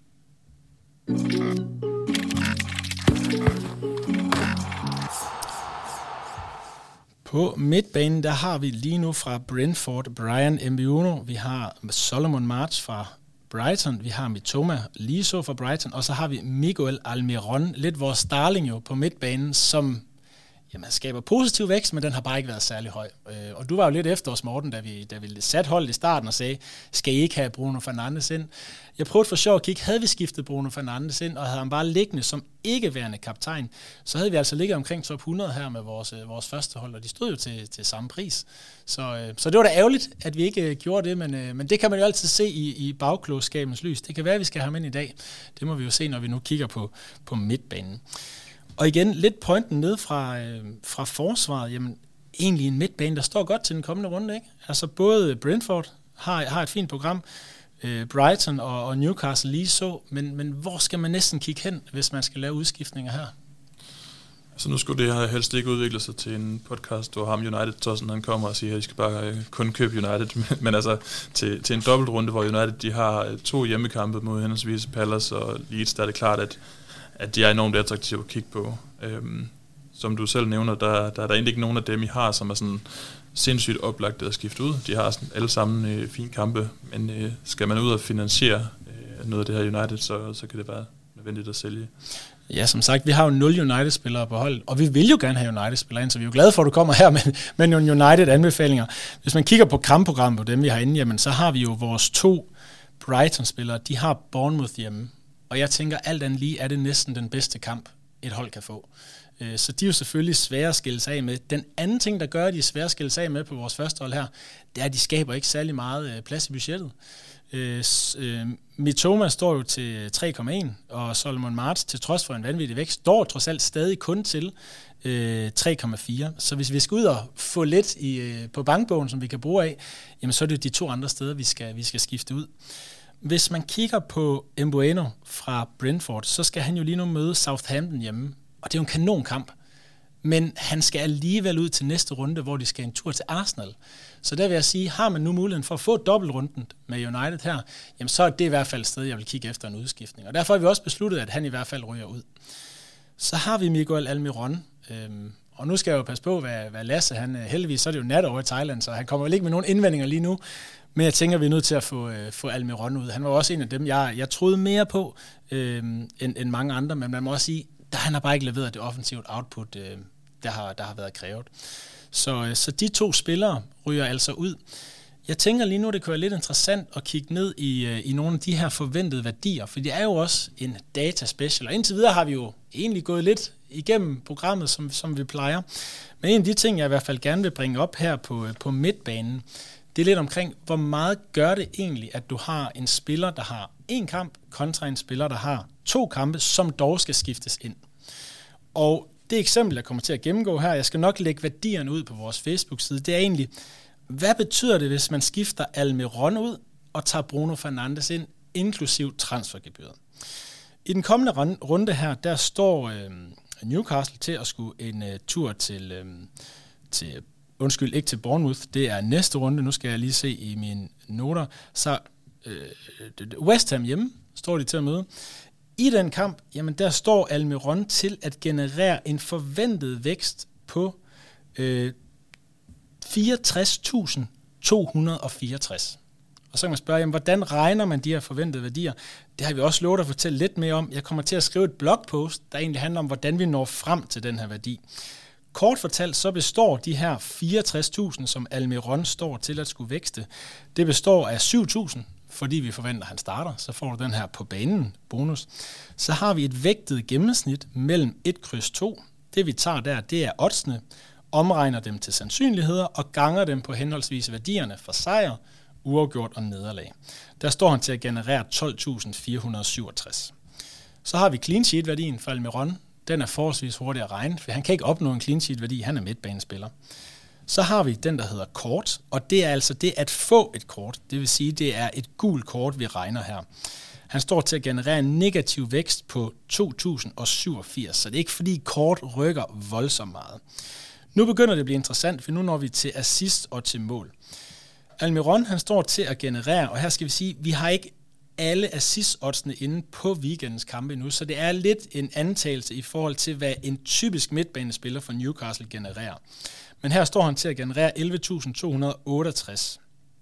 A: På midtbanen, der har vi lige nu fra Brentford Brian Mbeumo. Vi har Solomon March fra Brighton, vi har Mitoma Liso fra Brighton, og så har vi Miguel Almiron, lidt vores darling jo på midtbanen, som jamen, skaber positiv vækst, men den har bare ikke været særlig høj. Og du var jo lidt efter os, Morten, da vi, da vi satte holdet i starten og sagde, skal I ikke have Bruno Fernandes ind? Jeg prøvede for sjov at kigge, havde vi skiftet Bruno Fernandes ind, og havde han bare liggende som ikke-værende kaptajn, så havde vi altså ligget omkring top hundrede her med vores, vores første hold, og de stod jo til, til samme pris. Så, så det var da ærgerligt, at vi ikke gjorde det, men, men det kan man jo altid se i, i bagklogskabens lys. Det kan være, at vi skal have ham ind i dag. Det må vi jo se, når vi nu kigger på, på midtbanen. Og igen, lidt pointen ned fra, øh, fra forsvaret, jamen egentlig en midtbane, der står godt til den kommende runde, ikke? Altså både Brentford har, har et fint program, øh, Brighton og, og Newcastle lige så, men, men hvor skal man næsten kigge hen, hvis man skal lave udskiftninger her?
B: Altså nu skulle det her helst ikke udvikle sig til en podcast, hvor ham United-tossen han kommer og siger, at I skal bare øh, kun købe United, men altså til, til en dobbeltrunde, hvor United de har to hjemmekampe mod henholdsvis Palace og Leeds, der er det klart, at at de er enormt attraktive at kigge på. Øhm, som du selv nævner, der, der er der egentlig ikke nogen af dem, I har, som er sådan sindssygt oplagt at skifte ud. De har sådan alle sammen øh, fine kampe, men øh, skal man ud og finansiere øh, noget af det her United, så, så kan det være nødvendigt at sælge.
A: Ja, som sagt, vi har jo nul United-spillere på holdet, og vi vil jo gerne have United-spillere ind, så vi er jo glade for, at du kommer her med, med nogle United-anbefalinger. Hvis man kigger på kampprogrammet på dem, vi har inde, jamen, så har vi jo vores to Brighton-spillere, de har Bournemouth hjemme, og jeg tænker, alt andet lige er det næsten den bedste kamp, et hold kan få. Så de er jo selvfølgelig svære at skille sig af med. Den anden ting, der gør, at de er svære at skille sig af med på vores første hold her, det er, at de skaber ikke særlig meget plads i budgettet. Mitoma står jo til tre komma en, og Solomon March, til trods for en vanvittig vækst, står trods alt stadig kun til tre komma fire. Så hvis vi skal ud og få lidt i, på bankbogen, som vi kan bruge af, jamen så er det jo de to andre steder, vi skal, vi skal skifte ud. Hvis man kigger på Mbeumo fra Brentford, så skal han jo lige nu møde Southampton hjemme, og det er jo en kanonkamp. Men han skal alligevel ud til næste runde, hvor de skal en tur til Arsenal. Så der vil jeg sige, har man nu muligheden for at få dobbeltrunden med United her, jamen så er det i hvert fald et sted, jeg vil kigge efter en udskiftning. Og derfor har vi også besluttet, at han i hvert fald ryger ud. Så har vi Miguel Almiron. Øhm, og nu skal jeg jo passe på, hvad, hvad Lasse, han heldigvis, så er det jo nat over i Thailand, så han kommer jo ikke med nogen indvendinger lige nu. Men jeg tænker, vi er nødt til at få, øh, få Almiron ud. Han var også en af dem, jeg, jeg troede mere på øh, end, end mange andre, men man må også sige, der han har bare ikke leveret det offensivt output, øh, der, har, der har været krævet. Så, øh, så de to spillere ryger altså ud. Jeg tænker lige nu, det kan være lidt interessant at kigge ned i, øh, i nogle af de her forventede værdier, for det er jo også en data special, og indtil videre har vi jo egentlig gået lidt igennem programmet, som, som vi plejer. Men en af de ting, jeg i hvert fald gerne vil bringe op her på, på midtbanen, det er lidt omkring, hvor meget gør det egentlig, at du har en spiller, der har en kamp, kontra en spiller, der har to kampe, som dog skal skiftes ind. Og det eksempel, jeg kommer til at gennemgå her, jeg skal nok lægge værdierne ud på vores Facebook-side, det er egentlig, hvad betyder det, hvis man skifter Almiron ud og tager Bruno Fernandes ind, inklusiv transfergebyret? I den kommende runde her, der står øh, Newcastle til at skulle en øh, tur til, øh, til Undskyld, ikke til Bournemouth. Det er næste runde. Nu skal jeg lige se i mine noter. Så øh, West Ham hjemme står de til at møde. I den kamp, jamen der står Almiron til at generere en forventet vækst på øh, fireogtres tusind to hundrede og fireogtres. Og så kan man spørge, jamen, hvordan regner man de her forventede værdier? Det har vi også lovet at fortælle lidt mere om. Jeg kommer til at skrive et blogpost, der egentlig handler om, hvordan vi når frem til den her værdi. Kort fortalt, så består de her fireogtres tusind, som Almiron står til at skulle vækste, det består af syv tusind, fordi vi forventer, at han starter, så får du den her på banen bonus. Så har vi et vægtet gennemsnit mellem et kryds to. Det vi tager der, det er oddsene, omregner dem til sandsynligheder og ganger dem på henholdsvis værdierne for sejr, uafgjort og nederlag. Der står han til at generere tolv tusind fire hundrede og syvogtres. Så har vi clean sheet-værdien for Almiron. Den er forholdsvis hurtig at regne, for han kan ikke opnå en clean sheet-værdi, han er midtbanespiller. Så har vi den, der hedder kort, og det er altså det at få et kort. Det vil sige, det er et gult kort, vi regner her. Han står til at generere en negativ vækst på to tusind syvogfirs, så det er ikke fordi kort rykker voldsomt meget. Nu begynder det at blive interessant, for nu når vi til assist og til mål. Almiron, han står til at generere, og her skal vi sige, vi har ikke alle assist-oddsene inde på weekendens kampe nu, så det er lidt en antagelse i forhold til, hvad en typisk midtbanespiller for Newcastle genererer. Men her står han til at generere elleve tusind to hundrede og otteogtres.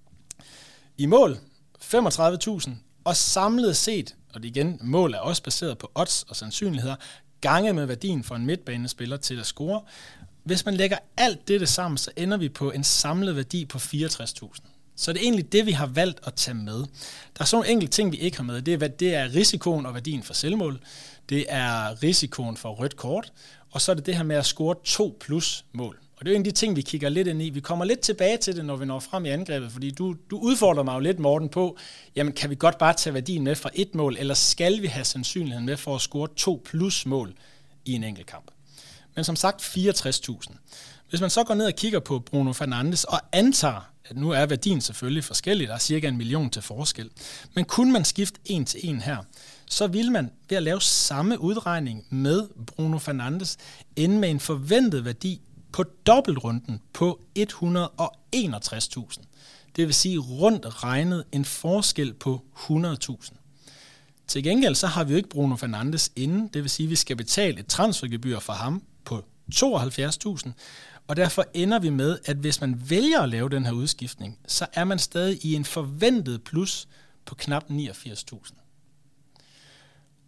A: I mål femogtredive tusind, og samlet set, og det igen, mål er også baseret på odds og sandsynligheder, gange med værdien for en midtbanespiller til at score. Hvis man lægger alt dette sammen, så ender vi på en samlet værdi på fireogtres tusind. Så det er egentlig det, vi har valgt at tage med. Der er sådan nogle enkelte ting, vi ikke har med. Det er, det er risikoen og værdien for selvmål. Det er risikoen for rødt kort. Og så er det det her med at score to plus mål. Og det er jo en af de ting, vi kigger lidt ind i. Vi kommer lidt tilbage til det, når vi når frem i angrebet, fordi du, du udfordrer mig jo lidt, Morten, på, jamen kan vi godt bare tage værdien med fra et mål, eller skal vi have sandsynligheden med for at score to plus mål i en enkelt kamp? Men som sagt, fireogtres tusind. Hvis man så går ned og kigger på Bruno Fernandes og antager, at nu er værdien selvfølgelig forskellig, der er cirka en million til forskel, men kunne man skifte en til en her, så vil man ved at lave samme udregning med Bruno Fernandes ende med en forventet værdi på dobbeltrunden på et hundrede og enogtres tusind. Det vil sige rundt regnet en forskel på hundrede tusind. Til gengæld så har vi jo ikke Bruno Fernandes inde, det vil sige at vi skal betale et transfergebyr for ham på tooghalvfjerds tusind, og derfor ender vi med, at hvis man vælger at lave den her udskiftning, så er man stadig i en forventet plus på knap niogfirs tusind.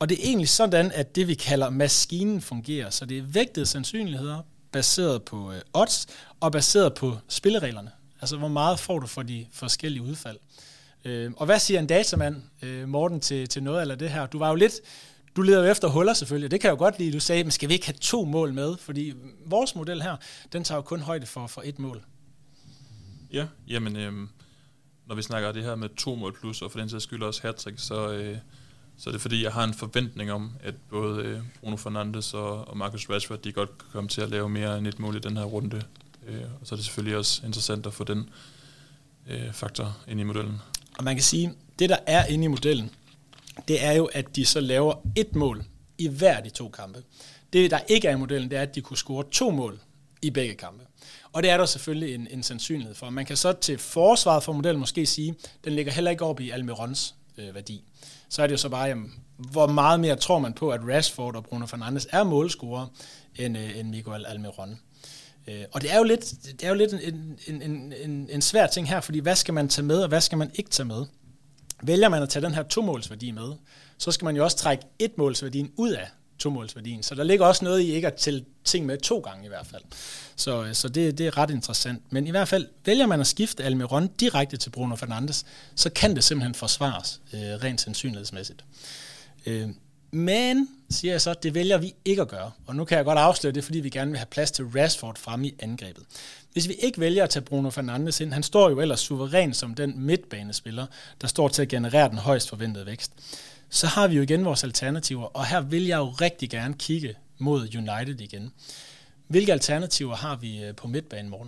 A: Og det er egentlig sådan, at det vi kalder maskinen fungerer. Så det er vægtede sandsynligheder, baseret på øh, odds, og baseret på spillereglerne. Altså, hvor meget får du for de forskellige udfald. Øh, og hvad siger en datamand, øh, Morten, til, til noget eller det her? Du var jo lidt... Du leder jo efter huller selvfølgelig, det kan jeg jo godt lide. Du sagde, men skal vi ikke have to mål med? Fordi vores model her, den tager jo kun højde for, for et mål.
B: Ja, jamen, øh, når vi snakker det her med to mål plus, og for den sags skyld også hattrick, så, øh, så er det fordi, jeg har en forventning om, at både øh, Bruno Fernandes og, og Marcus Rashford, de godt kan komme til at lave mere end et mål i den her runde. Øh, og så er det selvfølgelig også interessant at få den øh, faktor ind i modellen.
A: Og man kan sige, det der er inde i modellen, det er jo, at de så laver et mål i hver de to kampe. Det, der ikke er i modellen, det er, at de kunne score to mål i begge kampe. Og det er der selvfølgelig en, en sandsynlighed for. Man kan så til forsvaret for modellen måske sige, den ligger heller ikke op i Almirons øh, værdi. Så er det jo så bare, jamen, hvor meget mere tror man på, at Rashford og Bruno Fernandes er målscorer end, øh, end Miguel Almiron. Øh, og det er jo lidt, det er jo lidt en, en, en, en, en svær ting her, fordi hvad skal man tage med, og hvad skal man ikke tage med? Vælger man at tage den her to-målsværdi med, så skal man jo også trække et-målsværdien ud af to-målsværdien. Så der ligger også noget i ikke at tælle ting med to gange i hvert fald. Så, så det, det er ret interessant. Men i hvert fald, vælger man at skifte Almiron direkte til Bruno Fernandes, så kan det simpelthen forsvares øh, rent sandsynlighedsmæssigt. Øh, men, siger jeg så, det vælger vi ikke at gøre. Og nu kan jeg godt afsløre det, fordi vi gerne vil have plads til Rashford fremme i angrebet. Hvis vi ikke vælger at tage Bruno Fernandes ind, han står jo ellers suveræn som den midtbanespiller, der står til at generere den højst forventede vækst, så har vi jo igen vores alternativer, og her vil jeg jo rigtig gerne kigge mod United igen. Hvilke alternativer har vi på midtbanen, Morten?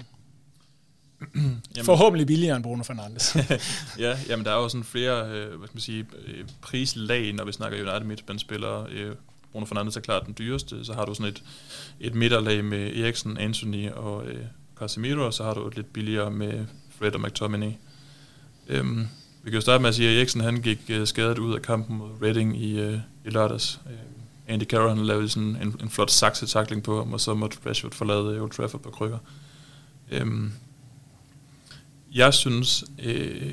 A: Forhåbentlig billigere end Bruno Fernandes.
B: Ja, jamen der er jo sådan flere øh, hvad skal man sige, prislag, når vi snakker United midtbanespillere. Øh, Bruno Fernandes er klart den dyreste, så har du sådan et, et midterlag med Eriksen, Anthony og øh, Casemiro, og så har du et lidt billigere med Fred og McTominay. Øhm, vi kan jo starte med at sige, at Eriksen han gik øh, skadet ud af kampen mod Reading i, øh, i lørdags. Øh, Andy Carroll han lavede sådan en, en flot saksetakling på ham, og så måtte Rashford forlade Old Trafford på krykker. Øhm, jeg synes, øh,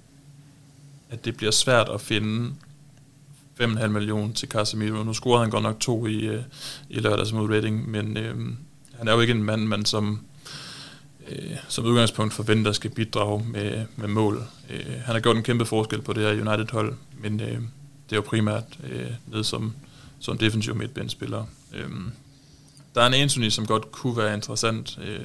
B: at det bliver svært at finde fem komma fem millioner til Casemiro. Nu scorede han godt nok to i, øh, i lørdags mod Reading, men øh, han er jo ikke en mand, man som øh, som udgangspunkt forventer skal bidrage med, med mål. Øh, han har gjort en kæmpe forskel på det her United-hold, men øh, det er jo primært øh, ned som, som defensiv midtbanespiller. Øh, der er en Anthony, som godt kunne være interessant. Øh,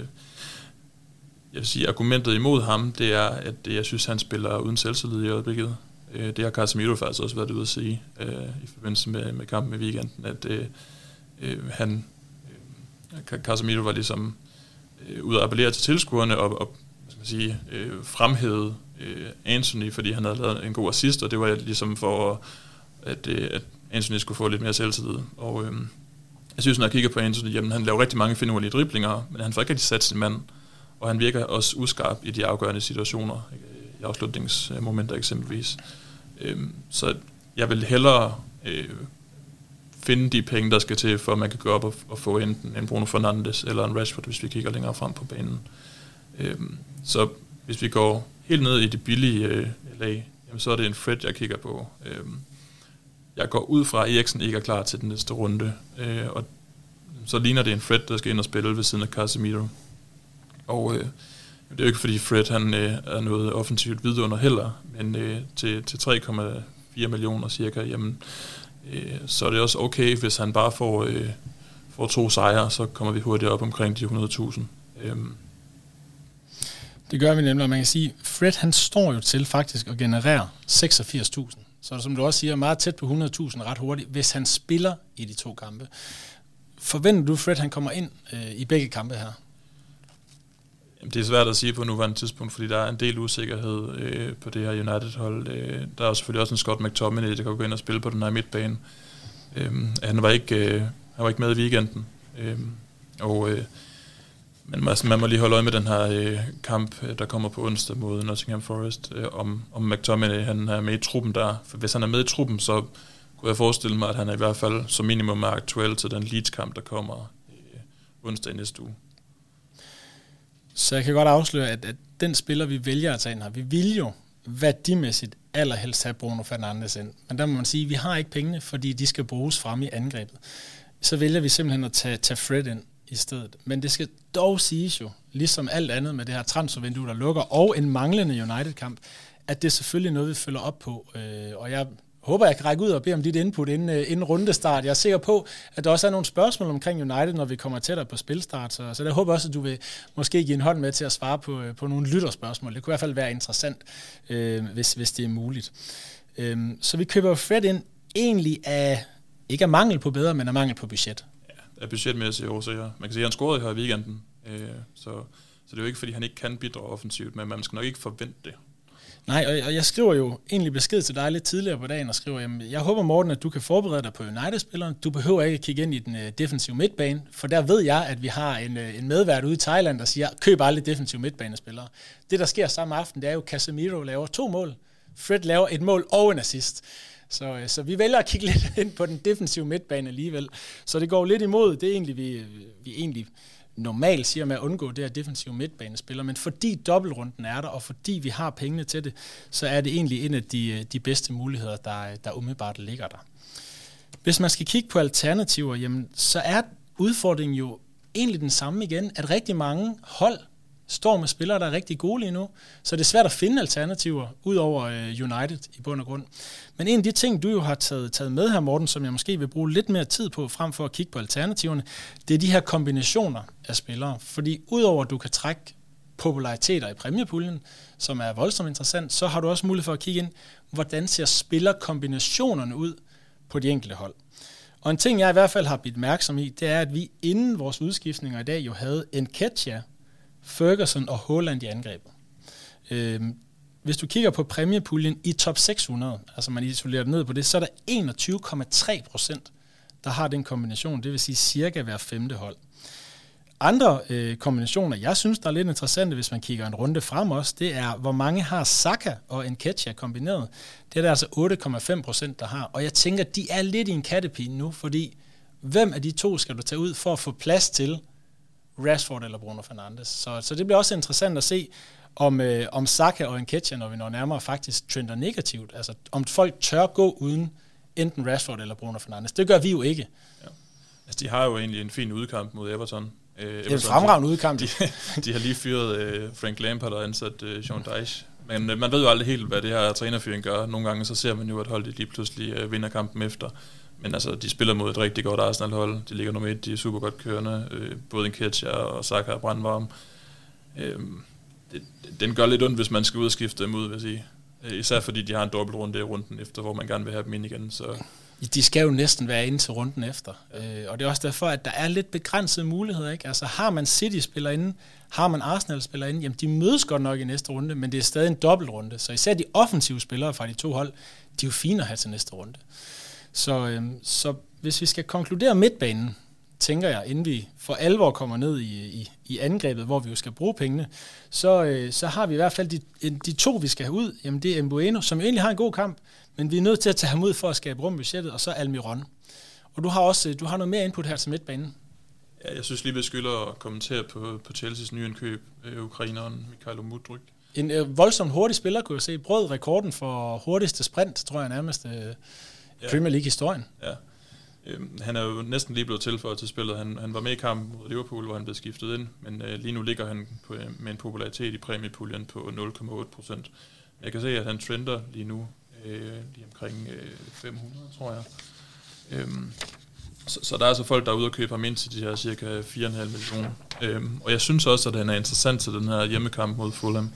B: jeg vil sige, argumentet imod ham, det er, at jeg synes, han spiller uden selvtillid i øjeblikket. Øh, det har Casemiro faktisk også været ude at sige øh, i forbindelse med, med kampen i weekenden, at øh, øh, han øh, Casemiro var ligesom øh, ude at appellere til tilskuerne og, og hvad skal man sige, øh, fremhævede øh, Anthony, fordi han havde lavet en god assist, og det var ligesom for, at, øh, at Anthony skulle få lidt mere selvtillid. Og øh, jeg synes, når jeg kigger på Anthony, jamen, han laver rigtig mange finurlige driblinger, men han får ikke rigtig sat sin mand, og han virker også uskarp i de afgørende situationer, i afslutningsmomenter eksempelvis. Øh, så jeg vil hellere øh, finde de penge, der skal til, for at man kan gå op og, og få enten en Bruno Fernandes eller en Rashford, hvis vi kigger længere frem på banen. Øhm, så hvis vi går helt ned i det billige øh, lag, jamen, så er det en Fred, jeg kigger på. Øhm, jeg går ud fra, at Eriksen ikke er klar til den næste runde, øh, og så ligner det en Fred, der skal ind og spille ved siden af Casemiro. Og øh, det er jo ikke, fordi Fred han, øh, er noget offensivt vidunder heller, men øh, til, til tre komma fire millioner cirka, jamen, så er det også okay, hvis han bare får, øh, får to sejre, så kommer vi hurtigt op omkring de hundrede tusind. Øhm.
A: Det gør vi nemlig, og man kan sige, Fred han står jo til faktisk at generere seksogfirs tusind. Så som du også siger, meget tæt på hundrede tusind ret hurtigt, hvis han spiller i de to kampe. Forventer du, Fred han kommer ind øh, i begge kampe her?
B: Jamen, det er svært at sige på nuværende tidspunkt, fordi der er en del usikkerhed øh, på det her United-hold. Øh, der er selvfølgelig også en Scott McTominay, der kan gå ind og spille på den her midtbane. Øh, han, var ikke, øh, han var ikke med i weekenden. Øh, og øh, men altså, man må lige holde øje med den her øh, kamp, der kommer på onsdag mod Nottingham Forest, øh, om, om McTominay han er med i truppen der. For hvis han er med i truppen, så kunne jeg forestille mig, at han er i hvert fald som minimum er aktuel til den Leeds-kamp, der kommer øh, onsdag i næste uge.
A: Så jeg kan godt afsløre, at, at den spiller, vi vælger at tage ind her, vi vil jo værdimæssigt allerhelst have Bruno Fernandes ind. Men der må man sige, at vi har ikke pengene, fordi de skal bruges frem i angrebet. Så vælger vi simpelthen at tage, tage Fred ind i stedet. Men det skal dog siges jo, ligesom alt andet med det her transfervindue, der lukker, og en manglende United-kamp, at det er selvfølgelig noget, vi følger op på. Og jeg håber, jeg kan række ud og bede om dit input inden, inden rundestart. Jeg er sikker på, at der også er nogle spørgsmål omkring United, når vi kommer tættere på spilstart. Så, så jeg håber også, at du vil måske give en hånd med til at svare på, på nogle lytterspørgsmål. Det kunne i hvert fald være interessant, øh, hvis, hvis det er muligt. Øh, så vi køber Fred ind egentlig af, ikke af mangel på bedre, men af mangel på budget.
B: Ja, af budgetmæssige årsager. Man kan sige, at han scorede her i weekenden, øh, så, så det er jo ikke, fordi han ikke kan bidrage offensivt, men man skal nok ikke forvente det.
A: Nej, og jeg skriver jo egentlig besked til dig lidt tidligere på dagen, og skriver, jamen, jeg håber, Morten, at du kan forberede dig på United-spilleren. Du behøver ikke at kigge ind i den uh, defensive midtbane, for der ved jeg, at vi har en, uh, en medvært ude i Thailand, der siger, køb aldrig defensive midtbanespillere. Det, der sker samme aften, det er jo, Casemiro laver to mål, Fred laver et mål og en assist. Så, uh, så vi vælger at kigge lidt ind på den defensive midtbane alligevel. Så det går lidt imod det, egentlig, vi, vi egentlig normalt siger med at undgå det her defensive midtbanespiller, men fordi dobbeltrunden er der, og fordi vi har pengene til det, så er det egentlig en af de, de bedste muligheder, der, der umiddelbart ligger der. Hvis man skal kigge på alternativer, jamen, så er udfordringen jo egentlig den samme igen, at rigtig mange hold står med spillere, der er rigtig gode lige nu, så det er svært at finde alternativer, ud over United i bund og grund. Men en af de ting, du jo har taget, taget med her, Morten, som jeg måske vil bruge lidt mere tid på, frem for at kigge på alternativerne, det er de her kombinationer af spillere. Fordi udover at du kan trække populariteter i præmiepuljen, som er voldsomt interessant, så har du også mulighed for at kigge ind, hvordan ser spillerkombinationerne ud på de enkelte hold. Og en ting, jeg i hvert fald har blivet opmærksom i, det er, at vi inden vores udskiftninger i dag jo havde Nketiah, Ferguson og Haaland i angrebet. Øhm, hvis du kigger på præmiepuljen i top seks hundrede, altså man isolerer det ned på det, så er der enogtyve komma tre procent, der har den kombination, det vil sige cirka hver femte hold. Andre øh, kombinationer, jeg synes, der er lidt interessante, hvis man kigger en runde frem også, det er, hvor mange har Saka og Nketiah kombineret. Det er der altså otte komma fem procent, der har. Og jeg tænker, de er lidt i en kattepine nu, fordi hvem af de to skal du tage ud for at få plads til Rashford eller Bruno Fernandes. Så, så det bliver også interessant at se, om, øh, om Saka og Nketiah, når vi når nærmere, faktisk trender negativt. Altså, om folk tør gå uden enten Rashford eller Bruno Fernandes. Det gør vi jo ikke. Ja.
B: Altså, de har jo egentlig en fin udkamp mod Everton. Øh,
A: det er en fremragende udkamp.
B: De, de har lige fyret øh, Frank Lampard og ansat øh, Sean Dyche. Men øh, man ved jo aldrig helt, hvad det her trænerfyring gør. Nogle gange så ser man jo, at holdet lige pludselig øh, vinder kampen efter. Men altså, de spiller mod et rigtig godt Arsenal-hold. De ligger nummer et, de er super godt kørende. Øh, både Nketiah og Saka er brandvarme. Øh, det, den gør lidt ondt, hvis man skal ud og skifte dem ud, vil jeg sige. Øh, især fordi de har en dobbeltrunde i runden efter, hvor man gerne vil have dem ind igen. Så.
A: De skal jo næsten være inde til runden efter. Øh, og det er også derfor, at der er lidt begrænsede muligheder. Ikke? Altså, har man City-spiller inde, har man Arsenal-spiller inde, jamen de mødes godt nok i næste runde, men det er stadig en dobbeltrunde. Så især de offensive spillere fra de to hold, de er jo fine at have til næste runde. Så, øhm, så hvis vi skal konkludere midtbanen, tænker jeg, inden vi for alvor kommer ned i, i, i angrebet, hvor vi jo skal bruge pengene, så, øh, så har vi i hvert fald de, de to, vi skal have ud. Jamen det er Mbeumo, som egentlig har en god kamp, men vi er nødt til at tage ham ud for at skabe rum i budgettet, og så Almiron. Og du har også du har noget mere input her til midtbanen.
B: Ja, jeg synes lige, vi skylder at kommentere på, på Chelseas nye indkøb, øh, ukraineren Mikhailo Mudryk.
A: En øh, voldsomt hurtig spiller, kunne jeg se. Brød rekorden for hurtigste sprint, tror jeg nærmest. Øh, Ja. Premier League-historien.
B: Ja. Øhm, han er jo næsten lige blevet tilføjet til spillet. Han, han var med i kampen mod Liverpool, hvor han blev skiftet ind, men øh, lige nu ligger han på, med en popularitet i præmiepuljen på nul komma otte procent. Jeg kan se, at han trender lige nu øh, lige omkring øh, fem hundrede, tror jeg. Øhm, så, så der er altså folk, der er ude og købe ham ind til de her cirka fire komma fem millioner. Øhm, og jeg synes også, at han er interessant til den her hjemmekamp mod Fulham.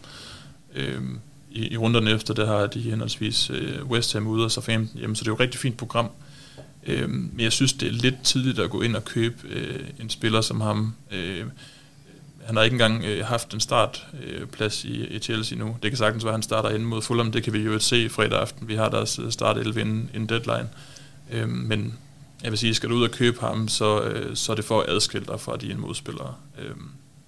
B: Øhm, I, i runderne efter, der har de henholdsvis øh, West Ham ude og Southampton hjemme, så det er jo et rigtig fint program. Øhm, men jeg synes, det er lidt tidligt at gå ind og købe øh, en spiller som ham. Øh, han har ikke engang øh, haft en startplads øh, i, i Chelsea nu. Det kan sagtens være, at han starter inde mod Fulham. Det kan vi jo se fredag aften. Vi har deres start elleve inden, inden deadline. Øhm, men jeg vil sige, skal du ud og købe ham, så, øh, så er det for at adskille dig fra de modspillere. Øhm,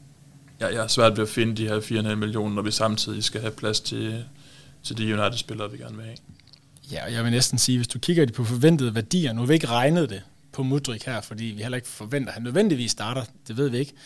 B: Jeg er svært ved at finde de her fire komma fem millioner, når vi samtidig skal have plads til, til de United-spillere, vi gerne vil have.
A: Ja, og jeg vil næsten sige, hvis du kigger på forventede værdier, nu har vi ikke regnet det på Mudryk her, fordi vi heller ikke forventer, at han nødvendigvis starter, det ved vi ikke.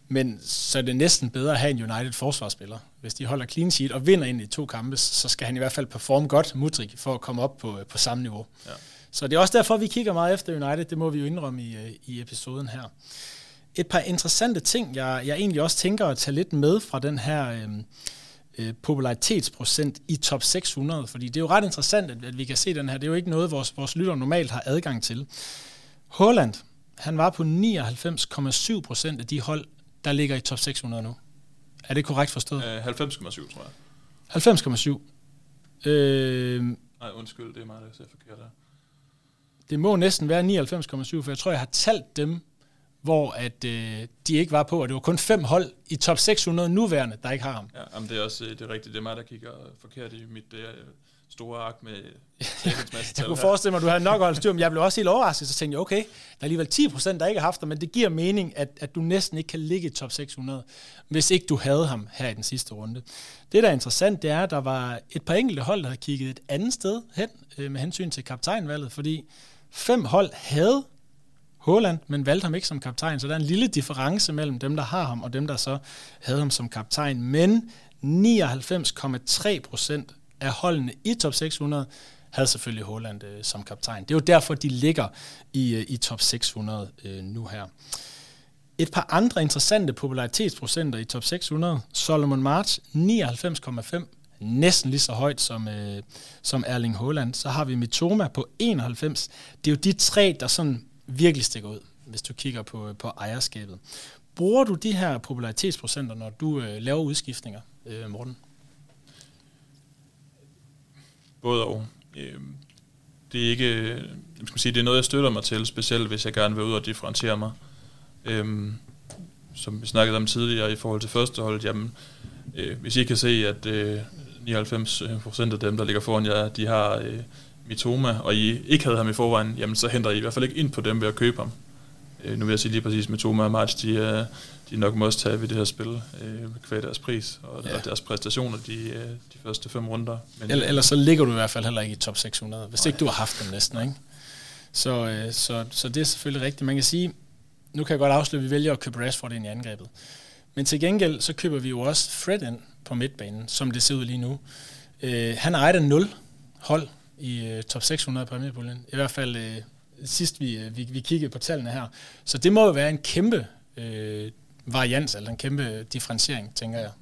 A: Men så er det næsten bedre at have en United-forsvarsspiller. Hvis de holder clean sheet og vinder ind i to kampe, så skal han i hvert fald performe godt, Mudryk, for at komme op på, på samme niveau. Ja. Så det er også derfor, vi kigger meget efter United. Det må vi jo indrømme i, i episoden her. Et par interessante ting, jeg, jeg egentlig også tænker at tage lidt med fra den her øh, øh, popularitetsprocent i top seks hundrede, fordi det er jo ret interessant, at, at vi kan se den her. Det er jo ikke noget, vores, vores lytter normalt har adgang til. Haaland, han var på nioghalvfems komma syv procent af de hold, der ligger i top seks hundrede nu. Er det korrekt forstået?
B: Øh, halvfems komma syv, tror jeg.
A: halvfems komma syv. Øh,
B: Nej, undskyld, det er mig, der ser forkert der.
A: Det må næsten være nioghalvfems komma syv, for jeg tror, jeg har talt dem, hvor at, øh, de ikke var på, og det var kun fem hold i top seks hundrede nuværende, der ikke har ham.
B: Ja, jamen det er også det er rigtigt. Det er mig, der kigger forkert i mit det store ark med
A: jeg kunne forestille mig, at du havde nok holdt styr, men jeg blev også helt overrasket, så tænkte jeg, okay, der er alligevel ti procent, der ikke har haft ham, men det giver mening, at, at du næsten ikke kan ligge i top seks hundrede, hvis ikke du havde ham her i den sidste runde. Det, der er interessant, det er, at der var et par enkelte hold, der havde kigget et andet sted hen øh, med hensyn til kaptajnvalget, fordi fem hold havde Haaland, men valgte ham ikke som kaptajn, så der er en lille difference mellem dem, der har ham, og dem, der så havde ham som kaptajn. Men nioghalvfems komma tre procent af holdene i top seks hundrede havde selvfølgelig Haaland øh, som kaptajn. Det er jo derfor, de ligger i, øh, i top seks hundrede øh, nu her. Et par andre interessante popularitetsprocenter i top seks hundrede. Solomon March, nioghalvfems komma fem, næsten lige så højt som, øh, som Erling Haaland. Så har vi Mitoma på enoghalvfems. Det er jo de tre, der sådan virkelig stikker ud, hvis du kigger på, på ejerskabet. Bruger du de her popularitetsprocenter, når du øh, laver udskiftninger, øh, Morten?
B: Både og. Det er ikke, jeg skal sige, det er noget, jeg støtter mig til, specielt hvis jeg gerne vil ud og differentiere mig. Øhm, som vi snakkede om tidligere i forhold til førsteholdet, jamen, øh, hvis I kan se, at øh, nioghalvfems procent af dem, der ligger foran jer, de har øh, Mitoma, og I ikke havde ham i forvejen, jamen så henter I i hvert fald ikke ind på dem ved at købe ham. Øh, nu vil jeg sige lige præcis, Mitoma og March, de er, de er nok must have ved det her spil, øh, kvad deres pris og, ja. og deres præstationer de, de første fem runder. Men,
A: eller, eller så ligger du i hvert fald heller ikke i top seks hundrede, hvis nej. ikke du har haft dem næsten, ikke? Så, øh, så, så det er selvfølgelig rigtigt. Man kan sige, nu kan jeg godt afsløre, at vi vælger at købe Rashford ind i angrebet. Men til gengæld, så køber vi jo også Fred ind på midtbanen, som det ser ud lige nu. Øh, han ejer nul hold i øh, top seks hundrede på Premierpuljen. I hvert fald øh, sidst vi, vi, vi kiggede på tallene her. Så det må jo være en kæmpe øh, varians, eller en kæmpe differentiering, tænker jeg.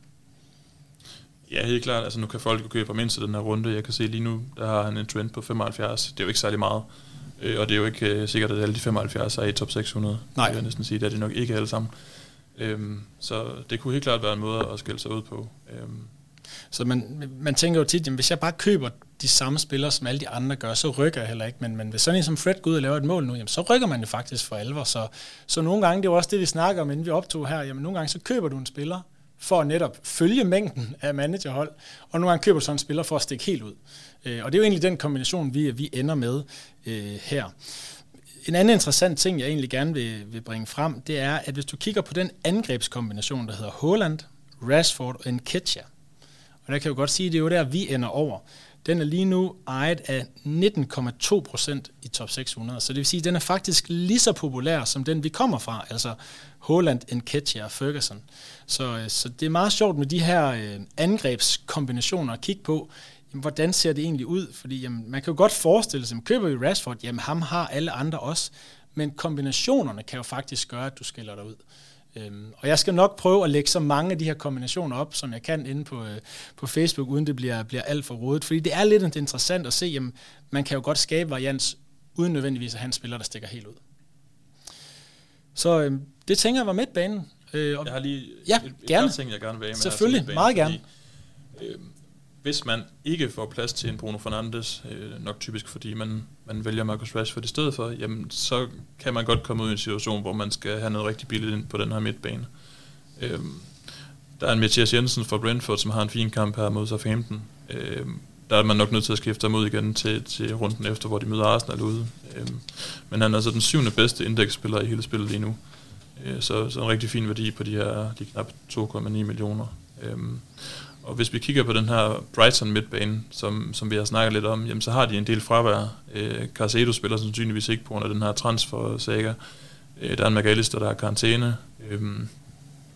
B: Ja, helt klart. Altså, nu kan folk jo købe ham ind til den her runde. Jeg kan se lige nu, der har han en trend på femoghalvfjerds. Det er jo ikke særlig meget. Øh, og det er jo ikke øh, sikkert, at alle de femoghalvfjerds er i top seks hundrede.
A: Nej.
B: Jeg vil næsten sige, det er de nok ikke alle sammen. Øhm, så det kunne helt klart være en måde at skille sig ud på. Øhm.
A: Så man, man tænker jo tit, jamen, hvis jeg bare køber de samme spillere, som alle de andre gør, så rykker jeg heller ikke. Men, men hvis sådan en som Fred går ud og laver et mål nu, jamen, så rykker man jo faktisk for alvor. Så, så nogle gange, det er jo også det, vi snakker om, inden vi optog her, jamen nogle gange så køber du en spiller for at netop følge mængden af managerhold, og nogle gange køber du sådan en spiller for at stikke helt ud. Øh, og det er jo egentlig den kombination, vi, vi ender med øh, her. En anden interessant ting, jeg egentlig gerne vil, vil bringe frem, det er, at hvis du kigger på den angrebskombination, der hedder Haaland, Rashford og Nketiah, og der kan jeg jo godt sige, at det er jo der, vi ender over. Den er lige nu ejet af nitten komma to procent i top seks hundrede, så det vil sige, at den er faktisk lige så populær, som den vi kommer fra, altså Haaland, Nketiah og Ferguson. Så, så det er meget sjovt med de her øh, angrebskombinationer at kigge på, jamen, hvordan ser det egentlig ud? Fordi jamen, man kan jo godt forestille sig, at køber vi Rashford, jamen ham har alle andre også, men kombinationerne kan jo faktisk gøre, at du skiller dig ud. Øhm, og jeg skal nok prøve at lægge så mange af de her kombinationer op, som jeg kan inde på, øh, på Facebook, uden det bliver, bliver alt for rodet. Fordi det er lidt interessant at se, jamen, man kan jo godt skabe varians, uden nødvendigvis at have en spiller, der stikker helt ud. Så øh, det tænker jeg var midtbanen. Øh, og
B: jeg har lige
A: ja,
B: et, et
A: gerne.
B: par ting, jeg gerne vil have med.
A: Selvfølgelig,
B: her
A: meget gerne.
B: Fordi, øh, hvis man ikke får plads til en Bruno Fernandes, øh, nok typisk fordi man, man vælger Marcus Rashford i stedet for, jamen så kan man godt komme ud i en situation, hvor man skal have noget rigtig billigt ind på den her midtbane. Øh, der er en Mathias Jensen fra Brentford, som har en fin kamp her mod Southampton. Øh, der er man nok nødt til at skifte ham ud igen til, til runden efter, hvor de møder Arsenal ude. Øh, men han er altså den syvende bedste indeksspiller i hele spillet lige nu. Øh, så, så en rigtig fin værdi på de her de knap to komma ni millioner. Øh, Og hvis vi kigger på den her Brighton midtbane, som, som vi har snakket lidt om, jamen, så har de en del fravær. Øh, Caicedo spiller sandsynligvis ikke på grund af den her transfer-saga. Øh, der er en McAllister, der har karantæne. Øh,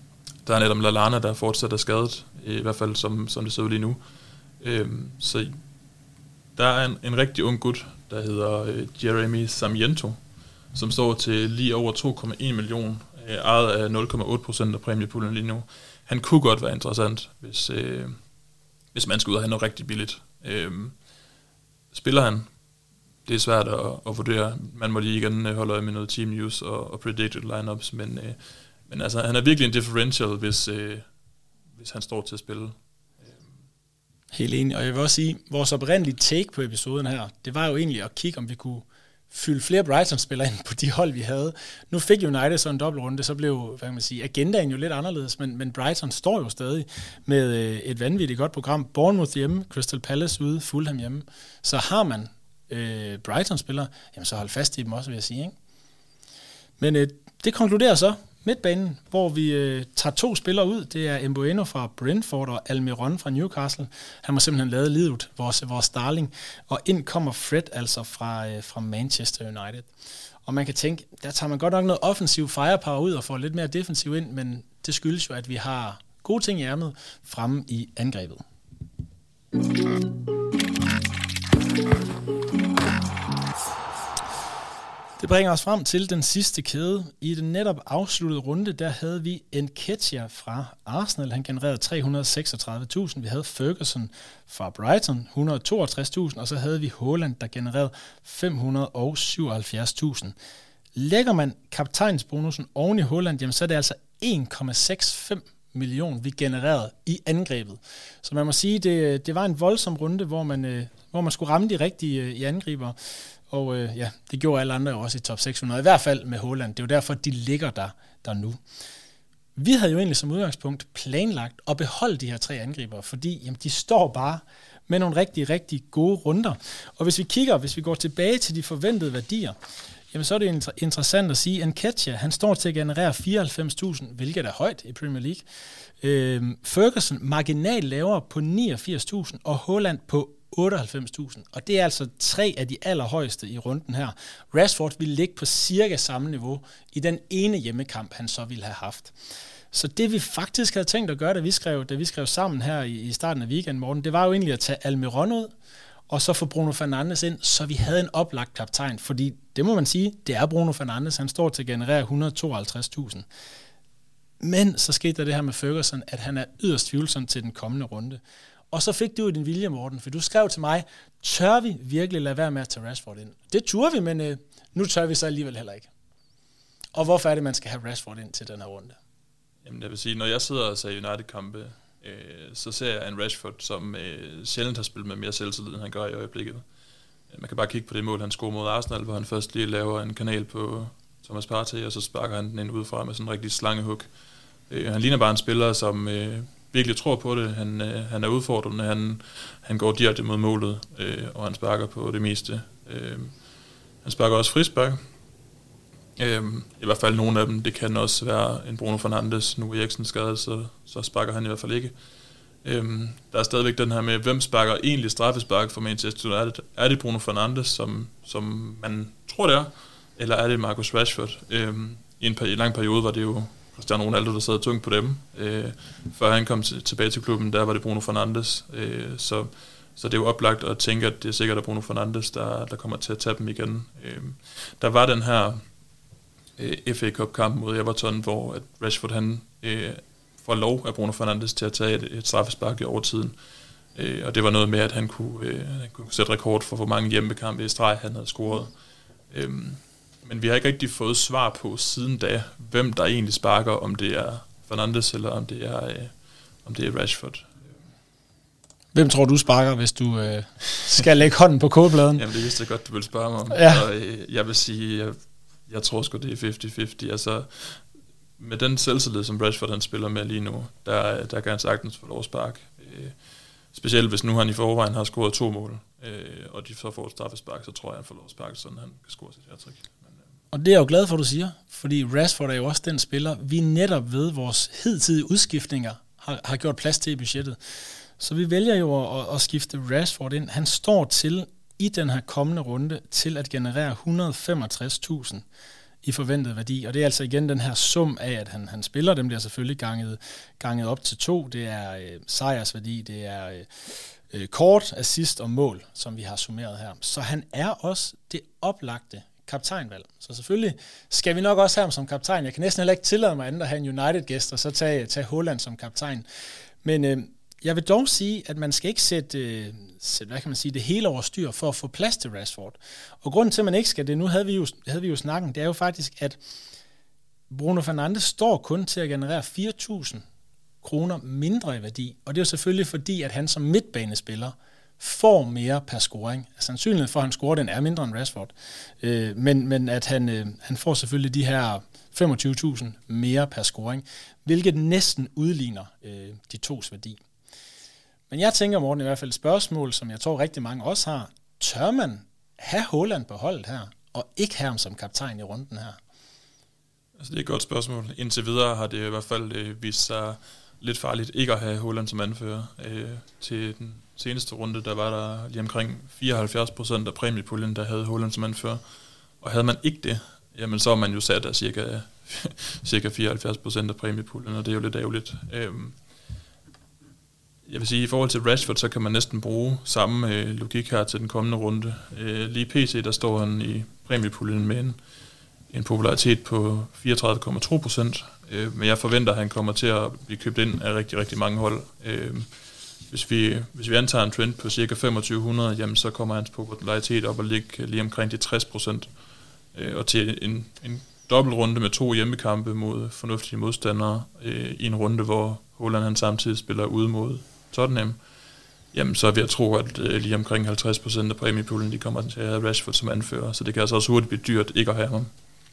B: der er Adam Lallana, der fortsætter skadet, i hvert fald som, som det ser ud lige nu. Øhm, så der er en, en rigtig ung gut, der hedder øh, Jeremy Sarmiento, som står til lige over to komma en millioner, øh, ejet af nul komma otte procent af præmiepuljen lige nu. Han kunne godt være interessant, hvis, øh, hvis man skal ud og have noget rigtig billigt. Øh, spiller han? Det er svært at, at vurdere. Man må lige igen holde øje med noget team news og, og predicted lineups, men, øh, men altså, han er virkelig en differential, hvis, øh, hvis han står til at spille.
A: Helt enig, og jeg vil også sige, vores oprindelige take på episoden her, det var jo egentlig at kigge, om vi kunne fylde flere Brighton-spillere ind på de hold, vi havde. Nu fik United så en dobbeltrunde, så blev, hvad kan man sige, agendaen jo lidt anderledes, men, men Brighton står jo stadig med øh, et vanvittigt godt program. Bournemouth hjemme, Crystal Palace ude, Fulham hjemme. Så har man øh, Brighton-spillere, jamen så hold fast i dem også, vil jeg sige. Ikke? Men øh, det konkluderer så midtbanen, hvor vi øh, tager to spillere ud. Det er Mbeumo fra Brentford og Almiron fra Newcastle. Han må simpelthen lade livet, vores, vores darling. Og ind kommer Fred altså fra, øh, fra Manchester United. Og man kan tænke, der tager man godt nok noget offensiv firepower ud og får lidt mere defensiv ind, men det skyldes jo, at vi har gode ting i ærmet fremme i angrebet. Det bringer os frem til den sidste kæde. I den netop afsluttede runde, der havde vi Nketiah fra Arsenal. Han genererede tre hundrede og seksogtredive tusind. Vi havde Ferguson fra Brighton, et hundrede og toogtres tusind. Og så havde vi Haaland, der genererede fem hundrede og syvoghalvfjerds tusind. Lægger man kaptajnsbonusen oven i Haaland, jamen så er det altså en komma seksoghalvfems millioner, vi genererede i angrebet. Så man må sige, det, det var en voldsom runde, hvor man, øh, hvor man skulle ramme de rigtige øh, i angriber. Og øh, ja, det gjorde alle andre også i top seks hundrede, i hvert fald med Haaland. Det er jo derfor, de ligger der, der nu. Vi havde jo egentlig som udgangspunkt planlagt at beholde de her tre angriber, fordi jamen, de står bare med nogle rigtig, rigtig gode runder. Og hvis vi kigger, hvis vi går tilbage til de forventede værdier, jamen så er det inter- interessant at sige, at Nketiah, han står til at generere fireoghalvfems tusind, hvilket er højt i Premier League. Øhm, Ferguson marginal lavere på niogfirs tusind, og Haaland på otteoghalvfems tusind. Og det er altså tre af de allerhøjeste i runden her. Rashford ville ligge på cirka samme niveau i den ene hjemmekamp, han så ville have haft. Så det vi faktisk havde tænkt at gøre, da vi skrev, da vi skrev sammen her i, i starten af weekenden morgen, det var jo egentlig at tage Almiron ud, og så få Bruno Fernandes ind, så vi havde en oplagt kaptajn. Fordi det må man sige, det er Bruno Fernandes, han står til at generere et hundrede og tooghalvtreds tusind. Men så skete der det her med Ferguson, at han er yderst tvivlsom til den kommende runde. Og så fik du jo din vilje, Morten, for du skrev til mig, tør vi virkelig lade være med at tage Rashford ind? Det turde vi, men øh, nu tør vi så alligevel heller ikke. Og hvorfor er det, man skal have Rashford ind til den her runde?
B: Jamen, jeg vil sige, når jeg sidder og ser United-kampe, øh, så ser jeg en Rashford, som øh, sjældent har spillet med mere selvtillid, end han gør i øjeblikket. Man kan bare kigge på det mål, han scorer mod Arsenal, hvor han først lige laver en kanal på Thomas Partey, og så sparker han den ind udefra med sådan en rigtig slangehug. Øh, han ligner bare en spiller, som øh, virkelig tror på det. Han, øh, han er udfordrende, han, han går direkte mod målet, øh, og han sparker på det meste. Øh, han sparker også frispark. Øh, I hvert fald nogle af dem. Det kan også være en Bruno Fernandes. Nu er Eriksen skadet, så, så sparker han i hvert fald ikke. Øhm, der er stadigvæk den her med, hvem sparker egentlig straffespark for Manchester United? Er det Bruno Fernandes, som, som man tror det er, eller er det Marcus Rashford? Øhm, I en, peri- en lang periode var det jo Cristiano Ronaldo, der sad tungt på dem. Øh, før han kom til, tilbage til klubben, der var det Bruno Fernandes. Øh, så, så det er jo oplagt at tænke, at det er sikkert at Bruno Fernandes, der, der kommer til at tage dem igen. Øh, der var den her øh, F A Cup-kamp mod Everton, hvor at Rashford han... Øh, får lov af Bruno Fernandes til at tage et, et straffespark i overtiden. Øh, og det var noget med, at han kunne, øh, han kunne sætte rekord for, hvor mange hjemmekampe i streg han havde scoret. Øh, men vi har ikke rigtig fået svar på siden da, hvem der egentlig sparker, om det er Fernandes eller om det er, øh, om det er Rashford.
A: Hvem tror du sparker, hvis du øh, skal lægge hånden på kogepladen?
B: Jamen det vidste jeg godt, du ville spørge mig om.
A: Ja.
B: Og, øh, jeg vil sige, jeg, jeg tror sgu, det er halvtreds halvtreds. Altså, med den selvtillid, som Rashford han spiller med lige nu, der, der kan han sagtens få lov at sparke. Øh, specielt hvis nu han i forvejen har scoret to mål, øh, og de så får et straffespark, så tror jeg, han får lov at sparke, sådan han kan score sit hattrick. Men, øh.
A: Og det er jeg jo glad for, at du siger, fordi Rashford er jo også den spiller, vi netop ved vores hidtidige udskiftninger har, har gjort plads til i budgettet. Så vi vælger jo at, at skifte Rashford ind. Han står til, i den her kommende runde, til at generere et hundrede og femogtres tusind i forventet værdi. Og det er altså igen den her sum af, at han, han spiller, dem bliver selvfølgelig ganget, ganget op til to. Det er øh, sejrsværdi, det er øh, kort, assist og mål, som vi har summeret her. Så han er også det oplagte kaptajnvalg. Så selvfølgelig skal vi nok også have ham som kaptajn. Jeg kan næsten heller ikke tillade mig andet at have en United-gæst, og så tage, tage Haaland som kaptajn. Men øh, jeg vil dog sige, at man skal ikke sætte, øh, sætte hvad kan man sige, det hele over styr for at få plads til Rashford. Og grunden til, at man ikke skal det, nu havde vi jo, havde vi jo snakken, det er jo faktisk, at Bruno Fernandes står kun til at generere fire tusind kroner mindre i værdi. Og det er jo selvfølgelig fordi, at han som midtbanespiller får mere per scoring. Altså, sandsynligheden for, at han scorer, den er mindre end Rashford. Øh, men, men at han, øh, han får selvfølgelig de her femogtyve tusind mere per scoring, hvilket næsten udligner øh, de tos værdi. Men jeg tænker, Morten, i hvert fald et spørgsmål, som jeg tror rigtig mange også har. Tør man have Haaland på holdet her, og ikke have ham som kaptajn i runden her?
B: Altså, det er et godt spørgsmål. Indtil videre har det i hvert fald øh, vist sig lidt farligt ikke at have Haaland som anfører. Øh, til den seneste runde, der var der lige omkring fireoghalvfjerds procent af præmiepuljen, der havde Haaland som anfører. Og havde man ikke det, jamen så var man jo sat af cirka, cirka fireoghalvfjerds procent af præmiepuljen, og det er jo lidt ærgerligt. Øh, Jeg vil sige, i forhold til Rashford, så kan man næsten bruge samme øh, logik her til den kommende runde. Øh, lige P C, der står han i præmiepuljen med en, en popularitet på fireogtredive komma to procent, øh, men jeg forventer, at han kommer til at blive købt ind af rigtig, rigtig mange hold. Øh, hvis, vi, hvis vi antager en trend på cirka femogtyve hundrede, jamen så kommer hans popularitet op og ligge lige omkring de tres procent. Øh, og til en, en dobbeltrunde med to hjemmekampe mod fornuftige modstandere øh, i en runde, hvor Haaland han samtidig spiller ude mod Tottenham, jamen så er vi at tro, at øh, lige omkring halvtreds procent af præmiepuljen, de kommer til at have Rashford som anfører, så det kan altså også hurtigt blive dyrt ikke at have ham.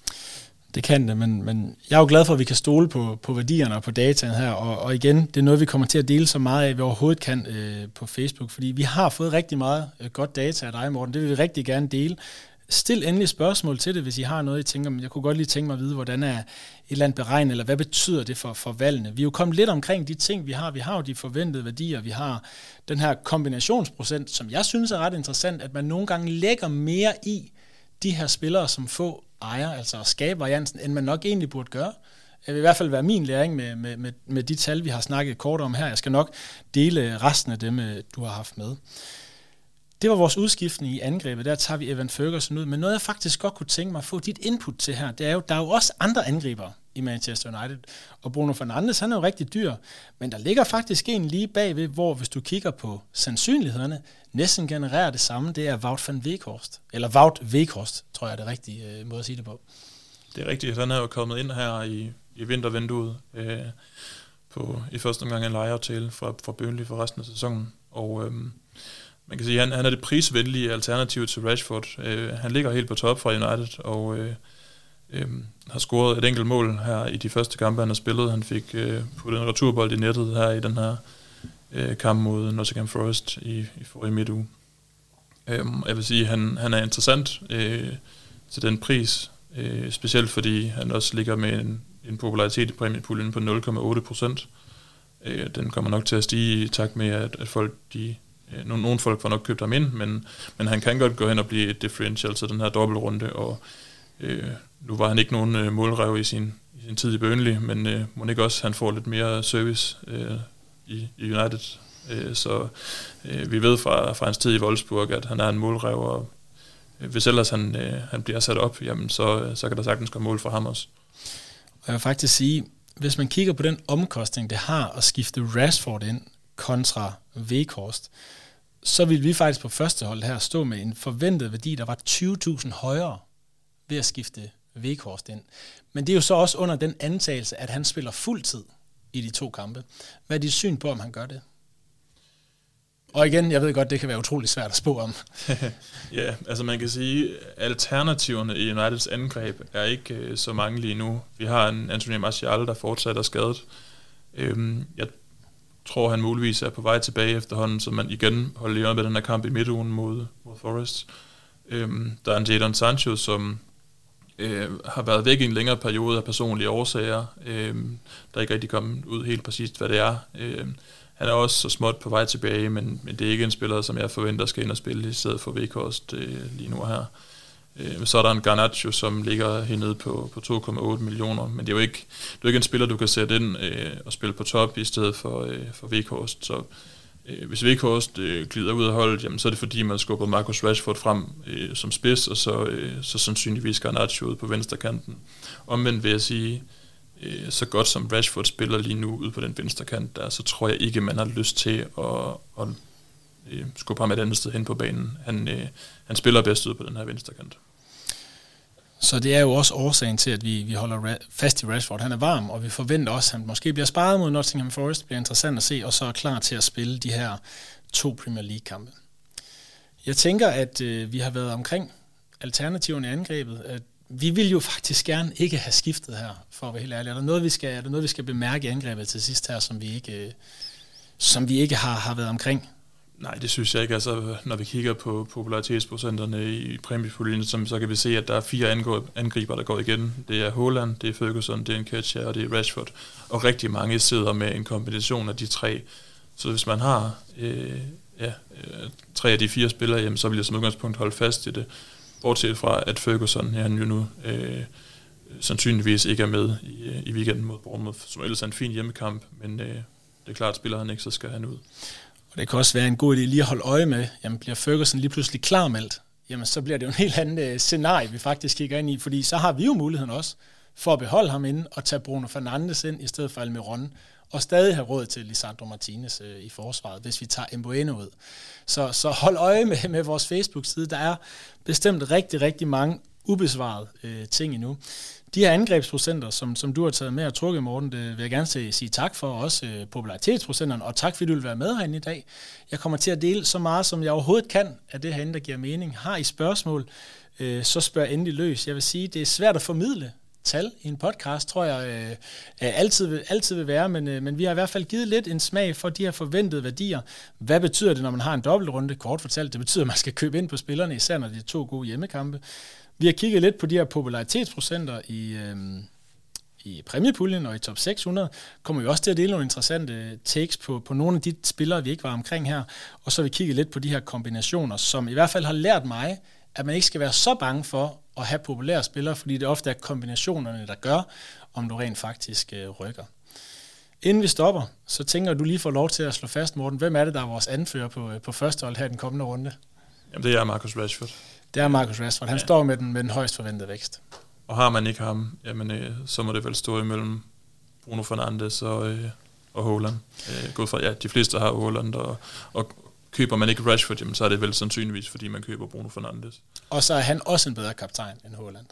A: Det kan det, men, men jeg er jo glad for, at vi kan stole på, på værdierne og på dataen her, og, og igen, det er noget, vi kommer til at dele så meget af, vi overhovedet kan øh, på Facebook, fordi vi har fået rigtig meget øh, godt data af dig, Morten, det vil vi rigtig gerne dele. Stil endelig spørgsmål til det, hvis I har noget, I tænker, men jeg kunne godt lige tænke mig at vide, hvordan er et eller andet beregnet, eller hvad betyder det for, for valgene? Vi er jo kommet lidt omkring de ting, vi har. Vi har jo de forventede værdier, vi har den her kombinationsprocent, som jeg synes er ret interessant, at man nogle gange lægger mere i de her spillere, som få ejer, altså skabervarianten, end man nok egentlig burde gøre. Det vil i hvert fald være min læring med, med, med, med de tal, vi har snakket kort om her. Jeg skal nok dele resten af dem, du har haft med. Det var vores udskiftning i angrebet, der tager vi Evan Ferguson ud, men noget jeg faktisk godt kunne tænke mig at få dit input til her, det er jo, der er jo også andre angribere i Manchester United, og Bruno Fernandes, han er jo rigtig dyr, men der ligger faktisk en lige bagved, hvor hvis du kigger på sandsynlighederne, næsten genererer det samme, det er Wout van Weghorst, eller Wout Weghorst, tror jeg er det rigtige øh, måde at sige det på.
B: Det er rigtigt, han er jo kommet ind her i, i vintervinduet, øh, på, i første omgang en lejeaftale fra, fra Burnley for resten af sæsonen, og øh, man kan sige, at han, han er det prisvenlige alternativ til Rashford. Uh, han ligger helt på top fra United, og uh, um, har scoret et enkelt mål her i de første kampe, han har spillet. Han fik uh, puttet en returbold i nettet her i den her uh, kamp mod Nottingham Forest i, i forrige midtuge. Um, jeg vil sige, at han, han er interessant uh, til den pris, uh, specielt fordi han også ligger med en, en popularitet i præmiepuljen på nul komma otte procent. Uh, den kommer nok til at stige i takt med, at, at folk de Nogle, nogle folk får nok købt ham ind, men, men han kan godt gå hen og blive et differential til den her dobbeltrunde, og øh, nu var han ikke nogen øh, målrev i sin, i sin tid i Burnley, men øh, må ikke også han får lidt mere service øh, i, i United. Øh, så øh, vi ved fra, fra hans tid i Wolfsburg, at han er en målrev, og øh, hvis ellers han, øh, han bliver sat op, jamen så, så kan der sagtens komme mål fra ham også.
A: Og jeg vil faktisk sige, hvis man kigger på den omkostning, det har at skifte Rashford ind kontra Weghorst, så vil vi faktisk på første hold her stå med en forventet værdi, der var tyve tusind højere ved at skifte Weghorst ind. Men det er jo så også under den antagelse, at han spiller fuld tid i de to kampe. Hvad er dit syn på, om han gør det? Og igen, jeg ved godt, det kan være utrolig svært at spå om.
B: Ja, altså man kan sige, alternativerne i Uniteds angreb er ikke øh, så mange lige nu. Vi har en Anthony Martial, der fortsat er skadet. Øhm, jeg tror, han muligvis er på vej tilbage efterhånden, så man igen holder lige øje med den her kamp i midtugen mod, mod Forest. Øhm, der er en Jadon Sancho, som øh, har været væk i en længere periode af personlige årsager, øh, der ikke rigtig kommet ud helt præcist, hvad det er. Øh, han er også så småt på vej tilbage, men, men det er ikke en spiller, som jeg forventer skal ind og spille i stedet for Weghorst øh, lige nu her. Øh, så er der en Garnacho, som ligger hernede på, på to komma otte millioner, men det er jo ikke, det er jo ikke en spiller, du kan sætte ind øh, og spille på top i stedet for, øh, for Weghorst. Så øh, hvis Weghorst øh, glider ud af holdet, jamen, så er det fordi, man skubber Marcus Rashford frem øh, som spids, og så, øh, så sandsynligvis Garnacho ud på venstre kanten. Omvendt vil jeg sige, øh, så godt som Rashford spiller lige nu ude på den venstre kant, der, så tror jeg ikke, man har lyst til at, at øh, skubbe ham et andet sted hen på banen. Han, øh, han spiller bedst ud på den her venstre kant.
A: Så det er jo også årsagen til, at vi, vi holder fast i Rashford. Han er varm, og vi forventer også, at han måske bliver sparet mod Nottingham Forest. Det bliver interessant at se, og så er klar til at spille de her to Premier League-kampe. Jeg tænker, at øh, vi har været omkring alternativerne i angrebet. At vi vil jo faktisk gerne ikke have skiftet her, for at være helt ærlig. Er der noget, vi skal, er der noget, vi skal bemærke i angrebet til sidst her, som vi ikke, øh, som vi ikke har, har været omkring?
B: Nej, det synes jeg ikke. Altså, når vi kigger på popularitetsprocenterne i præmiepuljen, så kan vi se, at der er fire angriber, der går igen. Det er Haaland, det er Ferguson, det er Nketiah og det er Rashford. Og rigtig mange sidder med en kombination af de tre. Så hvis man har øh, ja, øh, tre af de fire spillere, jamen, så vil jeg som udgangspunkt holde fast i det. Bortset fra, at Ferguson, ja, han jo nu øh, sandsynligvis ikke er med i, i weekenden mod Bournemouth, som ellers er en fin hjemmekamp, men øh, det er klart, at spiller han ikke, så skal han ud.
A: Og det kan også være en god idé lige at holde øje med, jamen bliver Ferguson lige pludselig klarmeldt, jamen så bliver det jo en helt anden scenarie, vi faktisk kigger ind i, fordi så har vi jo muligheden også for at beholde ham inde og tage Bruno Fernandes ind i stedet for Almiron, og stadig have råd til Lisandro Martinez øh, i forsvaret, hvis vi tager Mbeumo ud. Så, så hold øje med, med vores Facebook-side. Der er bestemt rigtig, rigtig mange ubesvarede øh, ting endnu. De her angrebsprocenter, som, som du har taget med og trukket, Morten, det vil jeg gerne sige, sige tak for, også øh, popularitetsprocenterne, og tak fordi du vil være med herinde i dag. Jeg kommer til at dele så meget, som jeg overhovedet kan af det herinde, der giver mening. Har I spørgsmål, øh, så spørg endelig løs. Jeg vil sige, det er svært at formidle tal i en podcast, tror jeg øh, altid, vil, altid vil være, men, øh, men vi har i hvert fald givet lidt en smag for de her forventede værdier. Hvad betyder det, når man har en dobbeltrunde? Kort fortalt, det betyder, at man skal købe ind på spillerne, især når det er to gode hjemmekampe. Vi har kigget lidt på de her popularitetsprocenter i, øh, i præmiepuljen og i top seks hundrede. Kommer vi også til at dele nogle interessante takes på, på nogle af de spillere, vi ikke var omkring her. Og så har vi kigget lidt på de her kombinationer, som i hvert fald har lært mig, at man ikke skal være så bange for at have populære spillere, fordi det ofte er kombinationerne, der gør, om du rent faktisk øh, rykker. Inden vi stopper, så tænker jeg, at du lige får lov til at slå fast, Morten. Hvem er det, der er vores anfører på, på første hold her i den kommende runde?
B: Jamen, det er Marcus Rashford.
A: Det er Marcus Rashford. Han ja. står med den, med den højst forventede vækst.
B: Og har man ikke ham, jamen, øh, så må det vel stå imellem Bruno Fernandes og, øh, og Haaland. Øh, Gået fra, ja, de fleste har Haaland, og, og køber man ikke Rashford, jamen, så er det vel sandsynligvis, fordi man køber Bruno Fernandes.
A: Og så er han også en bedre kaptajn end Haaland.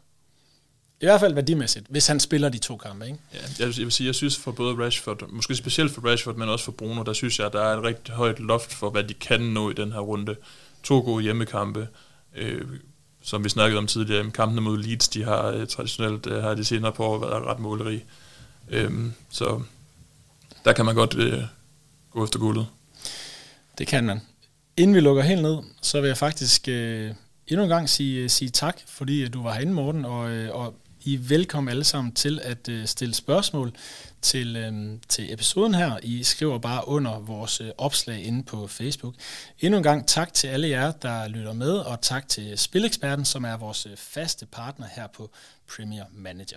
A: I hvert fald værdimæssigt, hvis han spiller de to kampe, ikke?
B: Ja, jeg vil, jeg vil sige, jeg synes for både Rashford, måske specielt for Rashford, men også for Bruno, der synes jeg, at der er et rigtig højt loft for, hvad de kan nå i den her runde. To gode hjemmekampe, øh, som vi snakkede om tidligere, kampene mod Leeds, de har øh, traditionelt øh, har de senere på år været ret målerige. Øh, så der kan man godt øh, gå efter guldet.
A: Det kan man. Inden vi lukker helt ned, så vil jeg faktisk øh, endnu en gang sige, sige tak, fordi du var herinde, Morten, og, øh, og I er velkommen alle sammen til at øh, stille spørgsmål til, øh, til episoden her. I skriver bare under vores øh, opslag inde på Facebook. Endnu en gang tak til alle jer, der lytter med, og tak til Spileksperten, som er vores øh, faste partner her på Premier Manager.